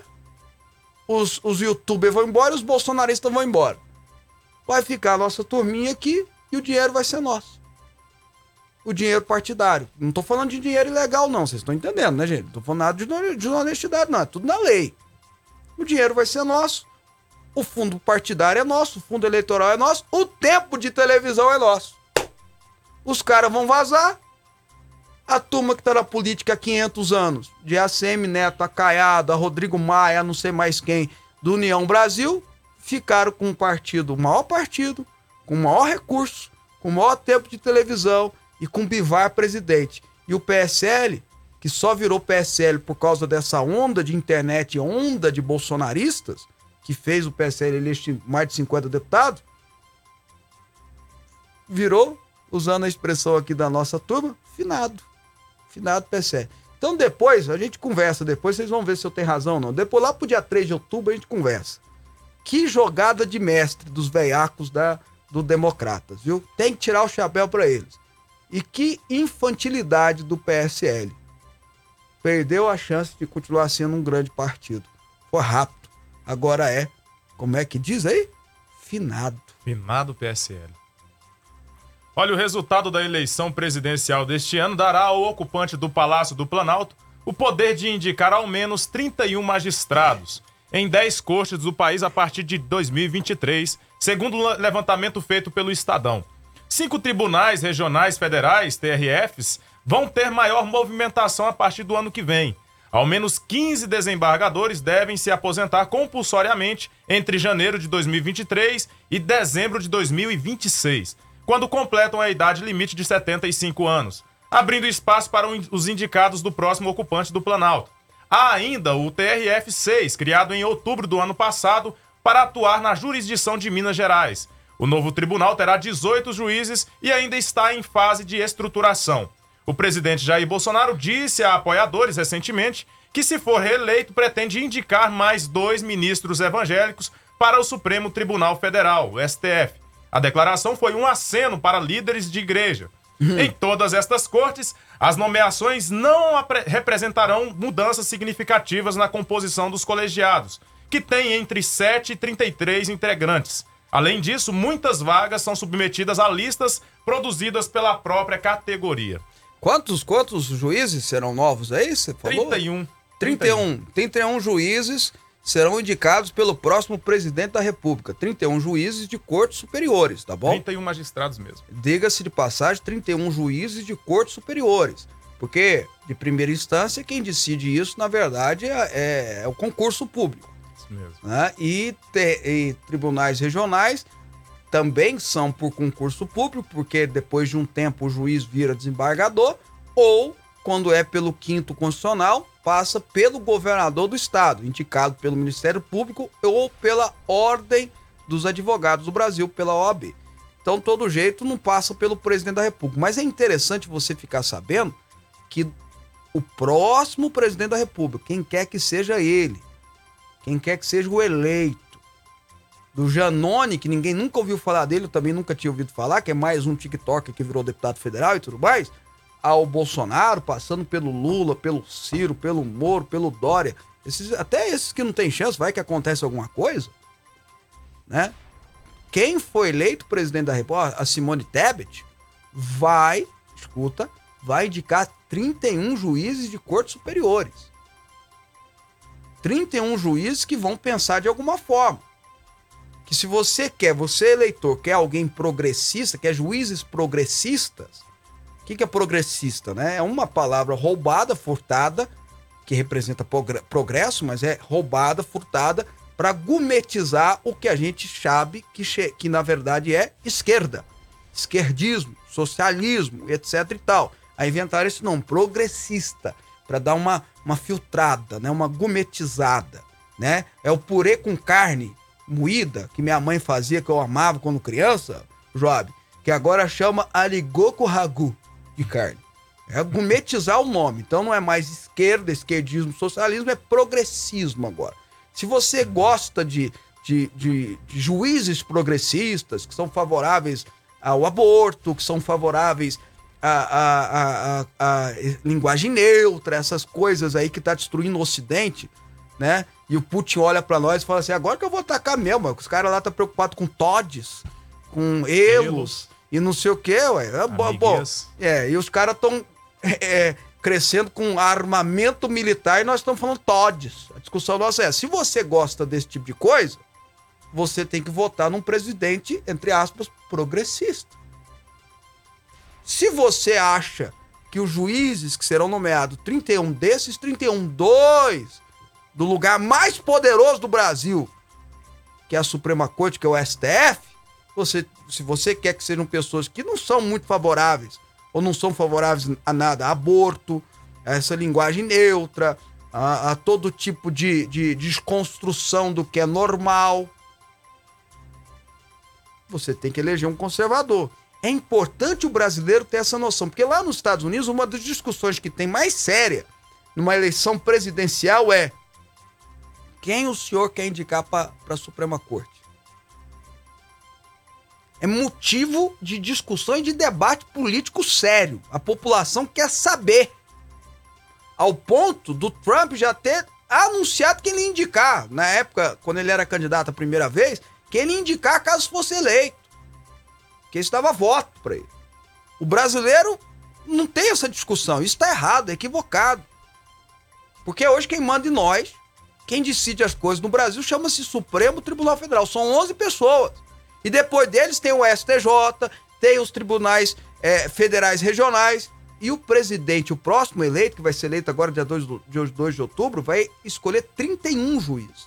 os YouTubers vão embora e os bolsonaristas vão embora. Vai ficar a nossa turminha aqui e o dinheiro vai ser nosso. O dinheiro partidário. Não tô falando de dinheiro ilegal não, vocês estão entendendo, né, gente? Não tô falando nada de honestidade não, é tudo na lei. O dinheiro vai ser nosso, o fundo partidário é nosso, o fundo eleitoral é nosso, o tempo de televisão é nosso. Os caras vão vazar, a turma que tá na política há 500 anos, de ACM Neto, a Caiado, a Rodrigo Maia, a não sei mais quem, do União Brasil, ficaram com um partido, o maior partido, com o maior recurso, com o maior tempo de televisão e com Bivar presidente. E o PSL, que só virou PSL por causa dessa onda de internet, onda de bolsonaristas, que fez o PSL eleger mais de 50 deputados, virou, usando a expressão aqui da nossa turma, finado PSL. Então depois, a gente conversa, depois vocês vão ver se eu tenho razão ou não. Depois lá pro dia 3 de outubro a gente conversa. Que jogada de mestre dos veiacos do Democratas, viu? Tem que tirar o chapéu para eles. E que infantilidade do PSL. Perdeu a chance de continuar sendo um grande partido. Foi rápido. Agora é, como é que diz aí? Finado. Finado PSL. Olha, o resultado da eleição presidencial deste ano dará ao ocupante do Palácio do Planalto o poder de indicar ao menos 31 magistrados em 10 cortes do país a partir de 2023, segundo o levantamento feito pelo Estadão. 5 tribunais regionais federais, TRFs, vão ter maior movimentação a partir do ano que vem. Ao menos 15 desembargadores devem se aposentar compulsoriamente entre janeiro de 2023 e dezembro de 2026, quando completam a idade limite de 75 anos, abrindo espaço para os indicados do próximo ocupante do Planalto. Há ainda o TRF-6, criado em outubro do ano passado, para atuar na jurisdição de Minas Gerais. O novo tribunal terá 18 juízes e ainda está em fase de estruturação. O presidente Jair Bolsonaro disse a apoiadores recentemente que, se for reeleito, pretende indicar mais 2 ministros evangélicos para o Supremo Tribunal Federal, o STF. A declaração foi um aceno para líderes de igreja. Em todas estas cortes, as nomeações não representarão mudanças significativas na composição dos colegiados, que tem entre 7 e 33 integrantes. Além disso, muitas vagas são submetidas a listas produzidas pela própria categoria. Quantos juízes serão novos aí, você falou? 31 juízes serão indicados pelo próximo presidente da República. 31 juízes de cortes superiores, tá bom? 31 magistrados mesmo. Diga-se de passagem, 31 juízes de cortes superiores. Porque, de primeira instância, quem decide isso, na verdade, é o concurso público. Isso mesmo. Né? E tribunais regionais também são por concurso público, porque depois de um tempo o juiz vira desembargador, ou, quando é pelo 5º constitucional, passa pelo governador do estado, indicado pelo Ministério Público ou pela Ordem dos Advogados do Brasil, pela OAB. Então, todo jeito, não passa pelo presidente da República. Mas é interessante você ficar sabendo que o próximo presidente da República, quem quer que seja ele, quem quer que seja o eleito, do Janone, que ninguém nunca ouviu falar dele, eu também nunca tinha ouvido falar, que é mais um TikToker que virou deputado federal e tudo mais, ao Bolsonaro, passando pelo Lula, pelo Ciro, pelo Moro, pelo Dória, até esses que não tem chance, vai que acontece alguma coisa, né? Quem foi eleito presidente da República, a Simone Tebet, vai indicar 31 juízes de cortes superiores. 31 juízes que vão pensar de alguma forma. Que se você eleitor, quer alguém progressista, quer juízes progressistas, o que é progressista, né? É uma palavra roubada, furtada, que representa progresso, mas é roubada, furtada, para gourmetizar o que a gente sabe que na verdade é esquerda. Esquerdismo, socialismo, etc e tal. Aí inventaram esse nome, progressista, para dar uma filtrada, né? Uma gourmetizada, né? É o purê com carne moída, que minha mãe fazia, que eu amava quando criança, Job, que agora chama aligoku ragu de carne. É gourmetizar o nome. Então não é mais esquerda, esquerdismo, socialismo, é progressismo agora. Se você gosta de juízes progressistas, que são favoráveis ao aborto, que são favoráveis à linguagem neutra, essas coisas aí que tá destruindo o Ocidente, né? E o Putin olha pra nós e fala assim, agora que eu vou atacar mesmo, os caras lá tá preocupados com todes, com elos e não sei o que, ué. E os caras estão crescendo com armamento militar e nós estamos falando todes. A discussão nossa é, se você gosta desse tipo de coisa, você tem que votar num presidente, entre aspas, progressista. Se você acha que os juízes que serão nomeados, 31 desses, 2 do lugar mais poderoso do Brasil, que é a Suprema Corte, que é o STF, se você quer que sejam pessoas que não são muito favoráveis, ou não são favoráveis a nada, a aborto, a essa linguagem neutra, a todo tipo de desconstrução do que é normal, você tem que eleger um conservador. É importante o brasileiro ter essa noção, porque lá nos Estados Unidos, uma das discussões que tem mais séria numa eleição presidencial é quem o senhor quer indicar para a Suprema Corte. É motivo de discussão e de debate político sério. A população quer saber. Ao ponto do Trump já ter anunciado que ele ia indicar, na época, quando ele era candidato a primeira vez, que ele ia indicar caso fosse eleito. Que isso dava voto para ele. O brasileiro não tem essa discussão. Isso está errado, é equivocado. Porque hoje quem manda em nós, quem decide as coisas no Brasil, chama-se Supremo Tribunal Federal. São 11 pessoas. E depois deles tem o STJ, tem os tribunais federais regionais. E o presidente, o próximo eleito, que vai ser eleito agora dia 2 de outubro, vai escolher 31 juízes.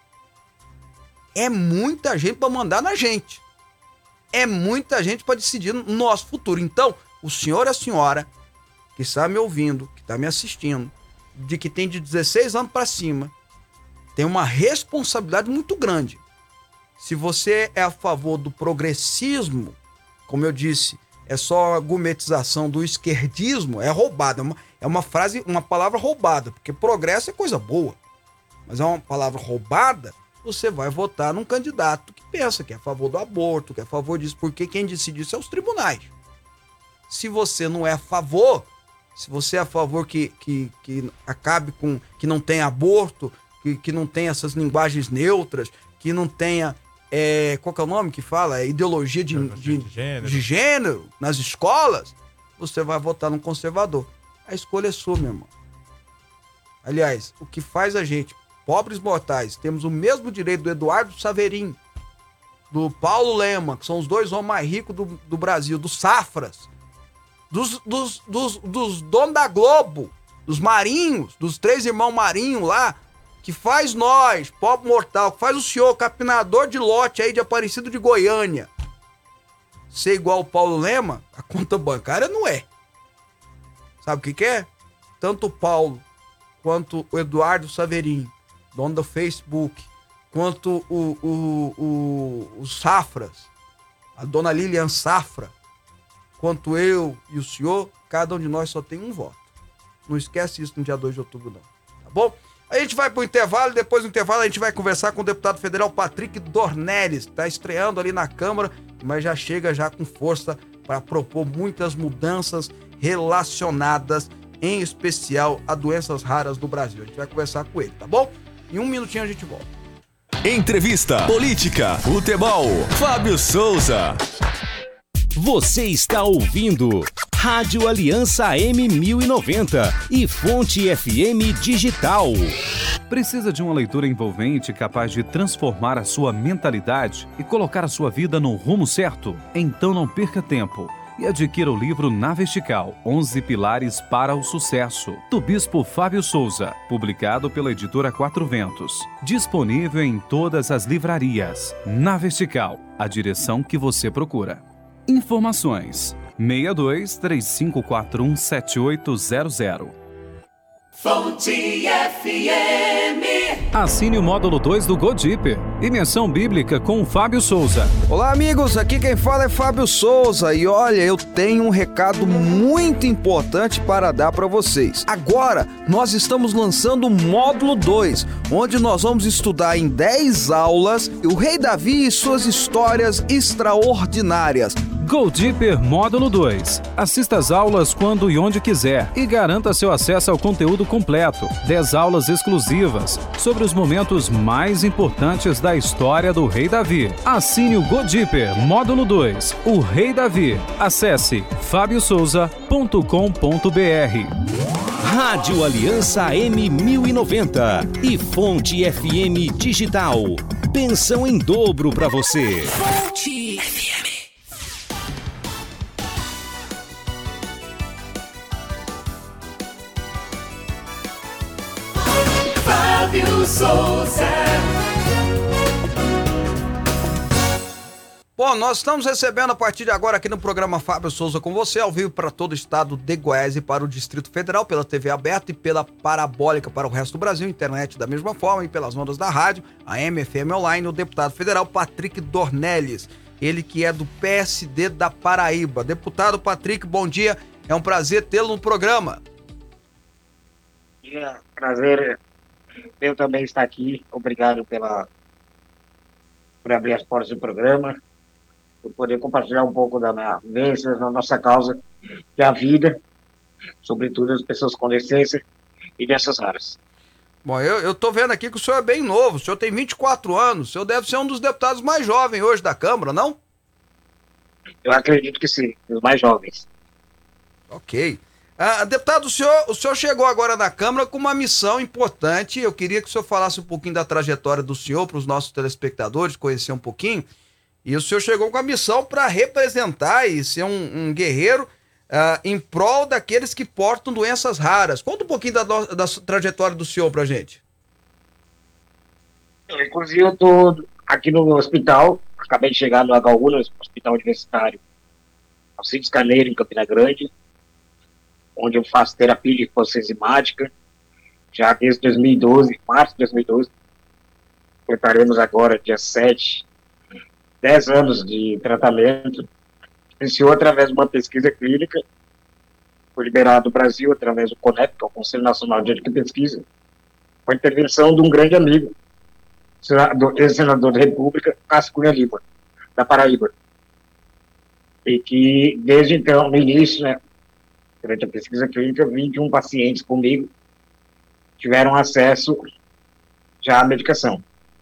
É muita gente para mandar na gente. É muita gente para decidir no nosso futuro. Então, o senhor e a senhora que está me ouvindo, que está me assistindo, de que tem de 16 anos para cima, tem uma responsabilidade muito grande. Se você é a favor do progressismo, como eu disse, é só a gourmetização do esquerdismo, é roubada. É uma frase, uma palavra roubada, porque progresso é coisa boa. Mas é uma palavra roubada, você vai votar num candidato que pensa que é a favor do aborto, que é a favor disso, porque quem decide isso é os tribunais. Se você não é a favor, se você é a favor que acabe com, que não tenha aborto, que não tenha essas linguagens neutras, que não tenha, qual que é o nome que fala? Ideologia de gênero nas escolas, você vai votar num conservador. A escolha é sua, meu irmão. Aliás, o que faz a gente, pobres mortais, temos o mesmo direito do Eduardo Saverin, do Paulo Lema, que são os dois homens mais ricos do Brasil, dos Safras, dos donos da Globo, dos Marinhos, dos 3 irmãos Marinho lá, que faz nós, pobre mortal, que faz o senhor, capinador de lote aí de Aparecido de Goiânia, ser igual o Paulo Lema, a conta bancária não é. Sabe o que é? Tanto o Paulo quanto o Eduardo Saverin, dono do Facebook, quanto o Safras, a dona Lilian Safra, quanto eu e o senhor, cada um de nós só tem um voto. Não esquece isso no dia 2 de outubro, não. Tá bom? A gente vai pro intervalo, depois do intervalo a gente vai conversar com o deputado federal Patrick Dornelles, que tá estreando ali na Câmara, mas já chega já com força para propor muitas mudanças relacionadas, em especial, a doenças raras do Brasil. A gente vai conversar com ele, tá bom? Em um minutinho a gente volta. Entrevista, política, futebol, Fábio Souza. Você está ouvindo Rádio Aliança M1090 e Fonte FM Digital. Precisa de uma leitura envolvente capaz de transformar a sua mentalidade e colocar a sua vida no rumo certo? Então não perca tempo e adquira o livro Na Vertical, 11 Pilares para o Sucesso, do Bispo Fábio Souza, publicado pela editora Quatro Ventos. Disponível em todas as livrarias. Na Vertical, a direção que você procura. Informações: 62-3541-7800. Fonte FM. Assine o módulo 2 do Go Deeper. Imersão Bíblica com Fábio Souza. Olá, amigos, aqui quem fala é Fábio Souza e olha, eu tenho um recado muito importante para dar para vocês. Agora, nós estamos lançando o módulo 2, onde nós vamos estudar em 10 aulas o Rei Davi e suas histórias extraordinárias. Go Deeper Módulo 2. Assista às aulas quando e onde quiser e garanta seu acesso ao conteúdo completo. 10 aulas exclusivas sobre os momentos mais importantes da história do Rei Davi. Assine o Go Deeper Módulo 2, o Rei Davi. Acesse fabiosouza.com.br. Rádio Aliança M1090 e Fonte FM Digital. Pensão em dobro para você. Fonte FM. Fábio Souza. Bom, nós estamos recebendo a partir de agora aqui no programa Fábio Souza com você, ao vivo para todo o estado de Goiás e para o Distrito Federal, pela TV aberta e pela parabólica para o resto do Brasil, internet da mesma forma e pelas ondas da rádio, a MFM Online, o deputado federal Patrick Dornelles, ele que é do PSD da Paraíba. Deputado Patrick, bom dia, é um prazer tê-lo no programa. Bom dia, prazer. Eu também estar aqui. Obrigado por abrir as portas do programa, por poder compartilhar um pouco da minha vivência, da nossa causa, que é a vida, sobretudo as pessoas com deficiência e dessas áreas. Bom, eu tô vendo aqui que o senhor é bem novo, o senhor tem 24 anos, o senhor deve ser um dos deputados mais jovens hoje da Câmara, não? Eu acredito que sim, os mais jovens. Ok. Deputado, o senhor chegou agora na Câmara com uma missão importante. Eu queria que o senhor falasse um pouquinho da trajetória do senhor para os nossos telespectadores conhecer um pouquinho. E o senhor chegou com a missão para representar e ser um guerreiro em prol daqueles que portam doenças raras. Conta um pouquinho da trajetória do senhor para a gente. Inclusive, eu estou aqui no hospital, acabei de chegar no HU, no Hospital Universitário Alcides Carneiro, em Campina Grande, onde eu faço terapia de força enzimática, já desde 2012, março de 2012. Completaremos agora, dia 7, 10 anos de tratamento. Iniciou através de uma pesquisa clínica, foi liberado no Brasil através do CONEP, que é o Conselho Nacional de Ética e Pesquisa, com a intervenção de um grande amigo, ex-senador da República, Cássio Cunha Lima, da Paraíba. E que, desde então, no início, né, durante a pesquisa clínica, 21 pacientes comigo tiveram acesso já à medicação.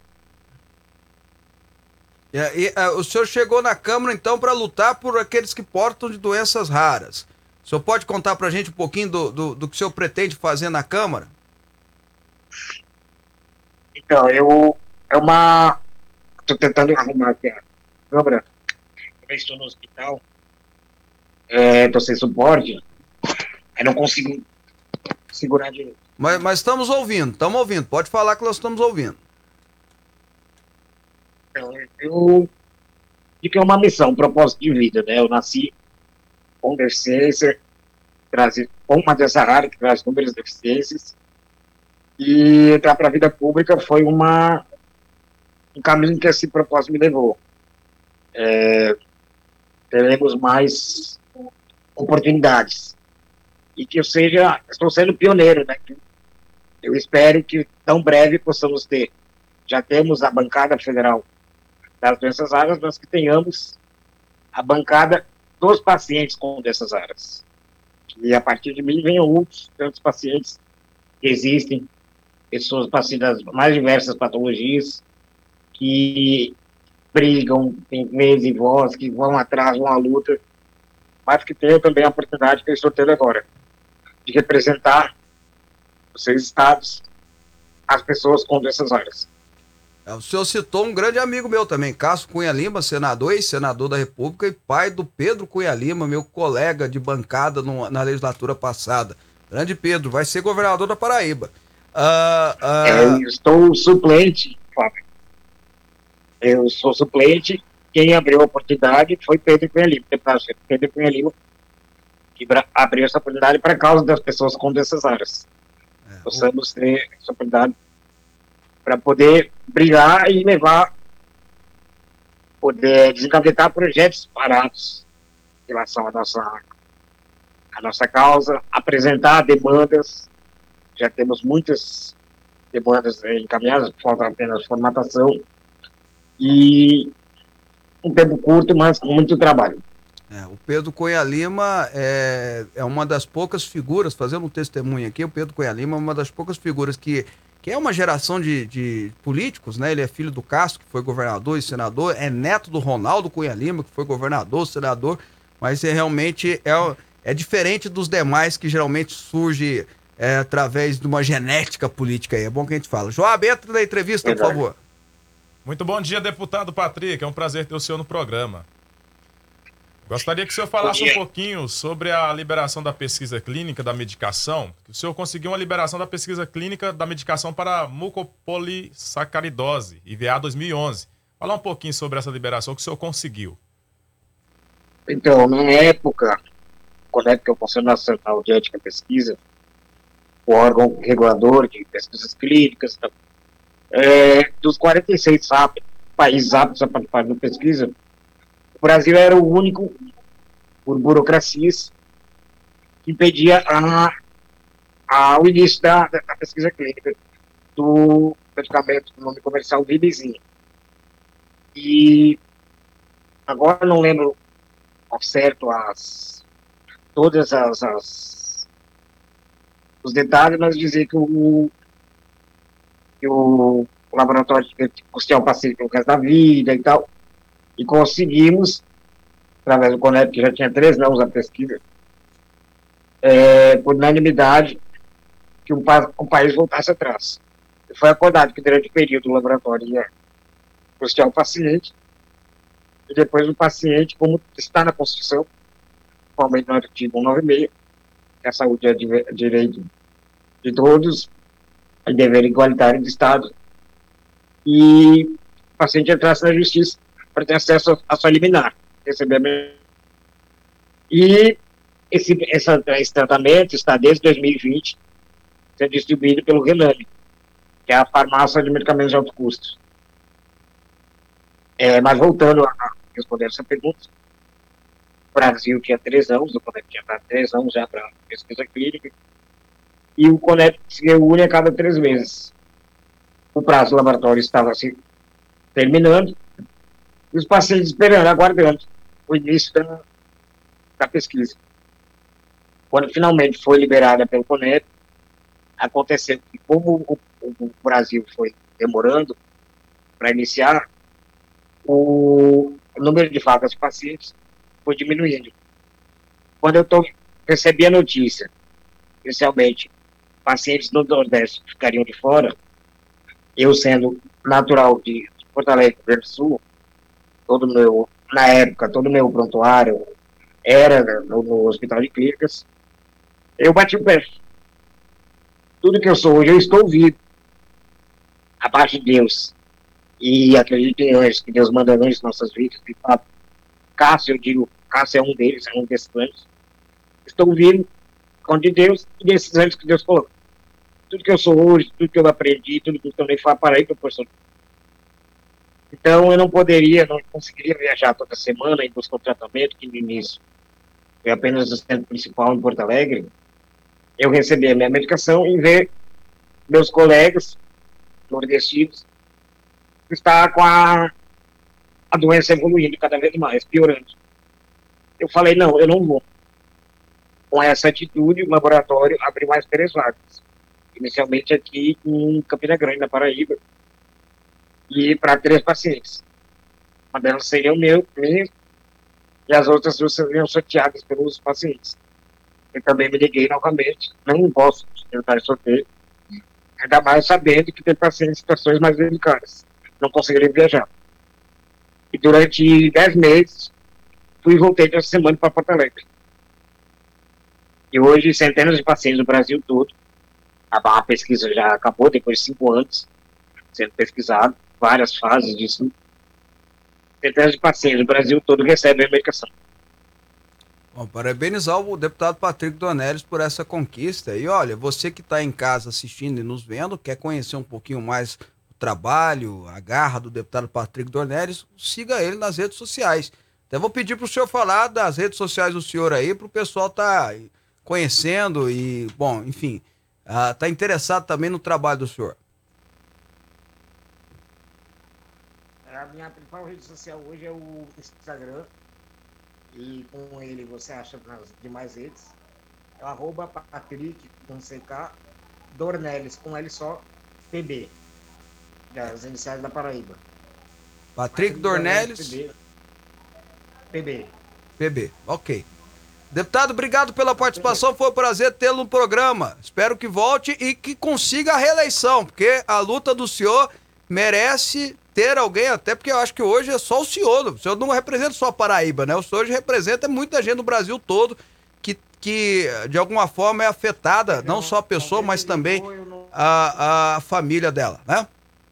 O senhor chegou na Câmara, então, para lutar por aqueles que portam de doenças raras. O senhor pode contar para a gente um pouquinho do que o senhor pretende fazer na Câmara? Então, estou tentando arrumar aqui a Câmara. Eu estou no hospital, estou sem suporte, eu não consigo segurar direito. Mas estamos ouvindo, pode falar que nós estamos ouvindo. Então, eu digo que é uma missão, um propósito de vida, né? Eu nasci com deficiência, com uma doença rara que traz inúmeras deficiências, e entrar para a vida pública foi um caminho que esse propósito me levou. Teremos mais oportunidades. E que estou sendo pioneiro, né? Eu espero que tão breve possamos ter. Já temos a bancada federal das doenças raras, mas que tenhamos a bancada dos pacientes com doenças raras. E a partir de mim venham outros tantos pacientes que existem, pessoas pacientes das mais diversas patologias, que brigam, tem medo e voz, que vão atrás, vão à luta, mas que tenham também a oportunidade que eu estou tendo agora, de representar os seus estados, as pessoas com doenças raras. O senhor citou um grande amigo meu também, Cássio Cunha Lima, senador, ex-senador da República e pai do Pedro Cunha Lima, meu colega de bancada na legislatura passada. Grande Pedro, vai ser governador da Paraíba. Eu estou suplente, Fábio. Eu sou suplente. Quem abriu a oportunidade foi Pedro Cunha Lima, deputado Pedro Cunha Lima, que abriu essa oportunidade para a causa das pessoas com doenças raras. Possamos ter essa oportunidade para poder brigar e poder desencadear projetos parados em relação à nossa causa, apresentar demandas. Já temos muitas demandas encaminhadas, falta apenas formatação, e um tempo curto, mas com muito trabalho. O Pedro Cunha Lima é uma das poucas figuras, fazendo um testemunho aqui, o Pedro Cunha Lima é uma das poucas figuras que é uma geração de políticos, né? Ele é filho do Cássio, que foi governador e senador, é neto do Ronaldo Cunha Lima, que foi governador, senador, mas realmente é diferente dos demais que geralmente surge através de uma genética política aí. É bom que a gente fala. João, entra na entrevista, por favor. Muito bom dia, deputado Patrick. É um prazer ter o senhor no programa. Gostaria que o senhor falasse um pouquinho sobre a liberação da pesquisa clínica da medicação. O senhor conseguiu uma liberação da pesquisa clínica da medicação para mucopolissacaridose, IVA 2011. Falar um pouquinho sobre essa liberação que o senhor conseguiu. Então, na época, quando é que o Conselho Nacional de Ética e Pesquisa, o órgão regulador de pesquisas clínicas, dos 46 países aptos a participar da pesquisa, o Brasil era o único, por burocracias, que impedia o início da pesquisa clínica do medicamento do nome comercial Vimizim. E agora não lembro ao certo todas os detalhes, mas dizer que o laboratório tinha que custear o paciente pelo resto da vida e tal. E conseguimos, através do CONEP, que já tinha 3 anos a pesquisa, por unanimidade, que o país voltasse atrás. Foi acordado que durante o período o laboratório ia custear o paciente, e depois o paciente, como está na Constituição, principalmente no artigo 196, que a saúde é direito de todos, é dever igualitário do Estado, e o paciente entrasse na justiça para ter acesso a sua liminar, receber. E esse tratamento está desde 2020 sendo distribuído pelo Rename, que é a farmácia de medicamentos de alto custo. Mas voltando a responder essa pergunta, o Brasil tinha 3 anos, o CONEP tinha dado 3 anos já para pesquisa clínica, e o CONEP se reúne a cada 3 meses. O prazo do laboratório estava se terminando, e os pacientes esperando, aguardando o início da pesquisa. Quando finalmente foi liberada pelo CONEP, aconteceu que, como o Brasil foi demorando para iniciar, o número de vagas de pacientes foi diminuindo. Quando eu recebi a notícia, especialmente pacientes no Nordeste ficariam de fora, eu sendo natural de Porto Alegre, Rio Grande do Sul, na época, todo o meu prontuário era no Hospital de Clínicas, eu bati o pé. Tudo que eu sou hoje, eu estou vivo. Abaixo de Deus. E acredito em anjos, que Deus manda anjos em nossas vidas. De fato, Cássio é um deles, é um desses anjos. Estou vivo com de Deus e desses anjos que Deus colocou. Tudo que eu sou hoje, tudo que eu aprendi, tudo que eu também foi para aí proporcionar. Então, eu não conseguiria viajar toda semana em busca do tratamento, que no início foi apenas o centro principal em Porto Alegre. Eu recebi a minha medicação e ver meus colegas nordestinos que está com a doença evoluindo cada vez mais, piorando. Eu falei, não, eu não vou. Com essa atitude, o laboratório abriu mais 3 vagas. Inicialmente aqui em Campina Grande, na Paraíba, e para 3 pacientes. Uma delas seria o meu, e as outras 2 seriam sorteadas pelos pacientes. Eu também me liguei novamente, não posso tentar sorteio, ainda mais sabendo que tem pacientes em situações mais delicadas, não conseguiram viajar. E durante 10 meses, fui e voltei essa semana para Porto Alegre. E hoje, centenas de pacientes do Brasil todo, a pesquisa já acabou, depois de 5 anos sendo pesquisado, várias fases disso. Centenas de pacientes do Brasil todo recebem a medicação. Bom, parabenizar o deputado Patrick Dornelles por essa conquista. E olha, você que está em casa assistindo e nos vendo, quer conhecer um pouquinho mais o trabalho, a garra do deputado Patrick Dornelles, siga ele nas redes sociais. Até vou pedir para o senhor falar das redes sociais do senhor aí, para o pessoal estar conhecendo e, bom, enfim, tá interessado também no trabalho do senhor. A minha principal rede social hoje é o Instagram, e com ele você acha nas demais redes. É o @Patrick, com CK, Dornelles, com L só, PB, das iniciais da Paraíba. Patrick Dornelles, PB, ok. Deputado, obrigado pela participação, foi um prazer tê-lo no programa. Espero que volte e que consiga a reeleição, porque a luta do senhor merece ter alguém, até porque eu acho que hoje é só o senhor não representa só a Paraíba, né? O senhor hoje representa muita gente no Brasil todo que de alguma forma é afetada, não só a pessoa, mas também a família dela, né?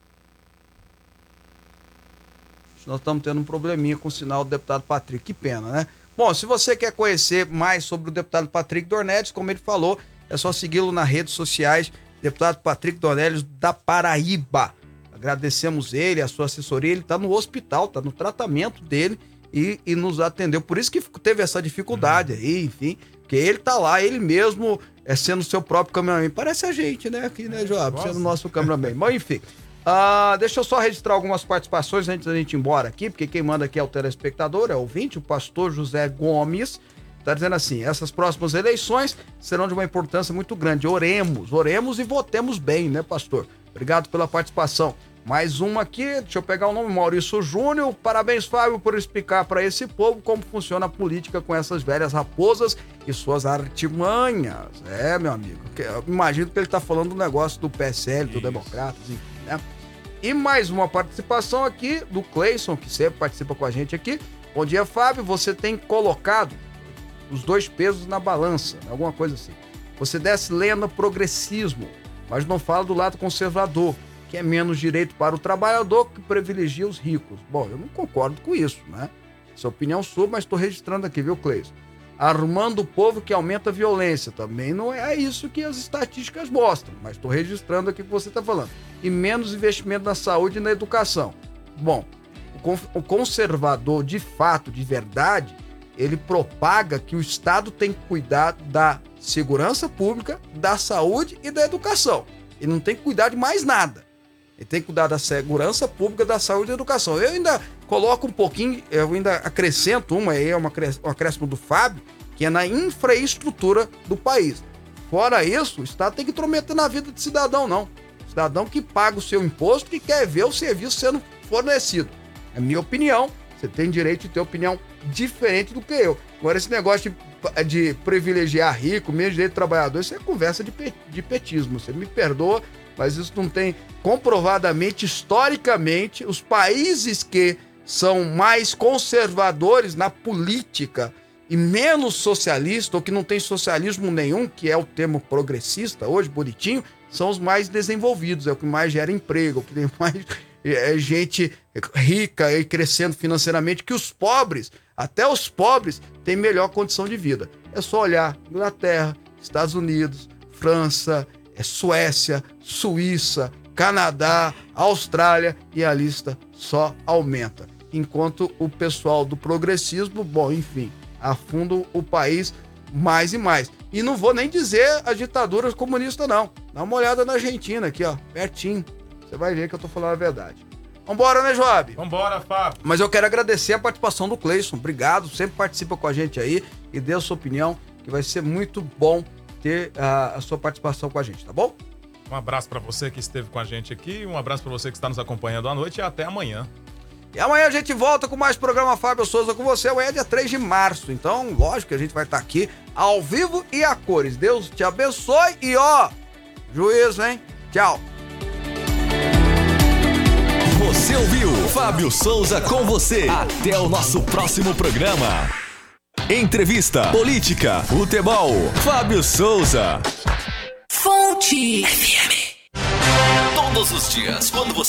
Nós estamos tendo um probleminha com o sinal do deputado Patrick, que pena, né? Bom, se você quer conhecer mais sobre o deputado Patrick Dornelles, como ele falou, é só segui-lo nas redes sociais, deputado Patrick Dornelles da Paraíba. Agradecemos ele, a sua assessoria, ele está no hospital, está no tratamento dele e nos atendeu. Por isso que teve essa dificuldade aí, enfim, porque ele está lá, ele mesmo sendo seu próprio cameraman. Parece a gente, né, aqui, né, Joab, sendo nosso cameraman. Mas, enfim, deixa eu só registrar algumas participações antes da gente ir embora aqui, porque quem manda aqui é o telespectador, é o ouvinte, o pastor José Gomes. Está dizendo assim, essas próximas eleições serão de uma importância muito grande. Oremos e votemos bem, né, pastor? Obrigado pela participação. Mais uma aqui, deixa eu pegar o nome, Maurício Júnior. Parabéns, Fábio, por explicar para esse povo como funciona a política com essas velhas raposas e suas artimanhas. É, meu amigo, eu imagino que ele tá falando do negócio do PSL, do Democratas, enfim, né? E mais uma participação aqui do Cleison, que sempre participa com a gente aqui. Bom dia, Fábio, você tem colocado os dois pesos na balança, alguma coisa assim. Você desce lenha no progressismo, mas não fala do lado conservador, que é menos direito para o trabalhador, que privilegia os ricos. Bom, eu não concordo com isso, né? Essa é opinião sua, mas estou registrando aqui, viu, Cleison? Armando o povo que aumenta a violência. Também não é isso que as estatísticas mostram, mas estou registrando aqui o que você está falando. E menos investimento na saúde e na educação. Bom, o conservador, de fato, de verdade, ele propaga que o Estado tem que cuidar da segurança pública, da saúde e da educação. Ele não tem que cuidar de mais nada. Ele tem que cuidar da segurança pública, da saúde e da educação. Eu ainda coloco um pouquinho, eu ainda acrescento um acréscimo do Fábio, que é na infraestrutura do país. Fora isso, o Estado tem que intrometer na vida do cidadão, não. O cidadão que paga o seu imposto, que quer ver o serviço sendo fornecido. É minha opinião. Você tem direito de ter opinião diferente do que eu. Agora, esse negócio de privilegiar rico, menos direito de trabalhador, isso é conversa de petismo. Você me perdoa, mas isso não tem comprovadamente, historicamente, os países que são mais conservadores na política e menos socialistas, ou que não tem socialismo nenhum, que é o termo progressista, hoje, bonitinho, são os mais desenvolvidos, é o que mais gera emprego, o que tem mais gente rica e crescendo financeiramente, que os pobres, até os pobres, têm melhor condição de vida. É só olhar Inglaterra, Estados Unidos, França, Suécia, Suíça, Canadá, Austrália, e a lista só aumenta. Enquanto o pessoal do progressismo, bom, enfim, afunda o país mais e mais. E não vou nem dizer a ditadura comunista, não. Dá uma olhada na Argentina aqui, ó, pertinho. Você vai ver que eu tô falando a verdade. Vambora, né, Joab? Vambora, Fábio. Mas eu quero agradecer a participação do Cleison. Obrigado, sempre participa com a gente aí e dê a sua opinião, que vai ser muito bom ter a sua participação com a gente, tá bom? Um abraço pra você que esteve com a gente aqui, um abraço pra você que está nos acompanhando à noite e até amanhã. E amanhã a gente volta com mais programa Fábio Souza com você. Amanhã é dia 3 de março, então lógico que a gente vai estar aqui ao vivo e a cores. Deus te abençoe e ó, juízo, hein? Tchau. Você ouviu Fábio Souza com você. Até o nosso próximo programa. Entrevista, política, futebol. Fábio Souza. Fonte FM. Todos os dias, quando você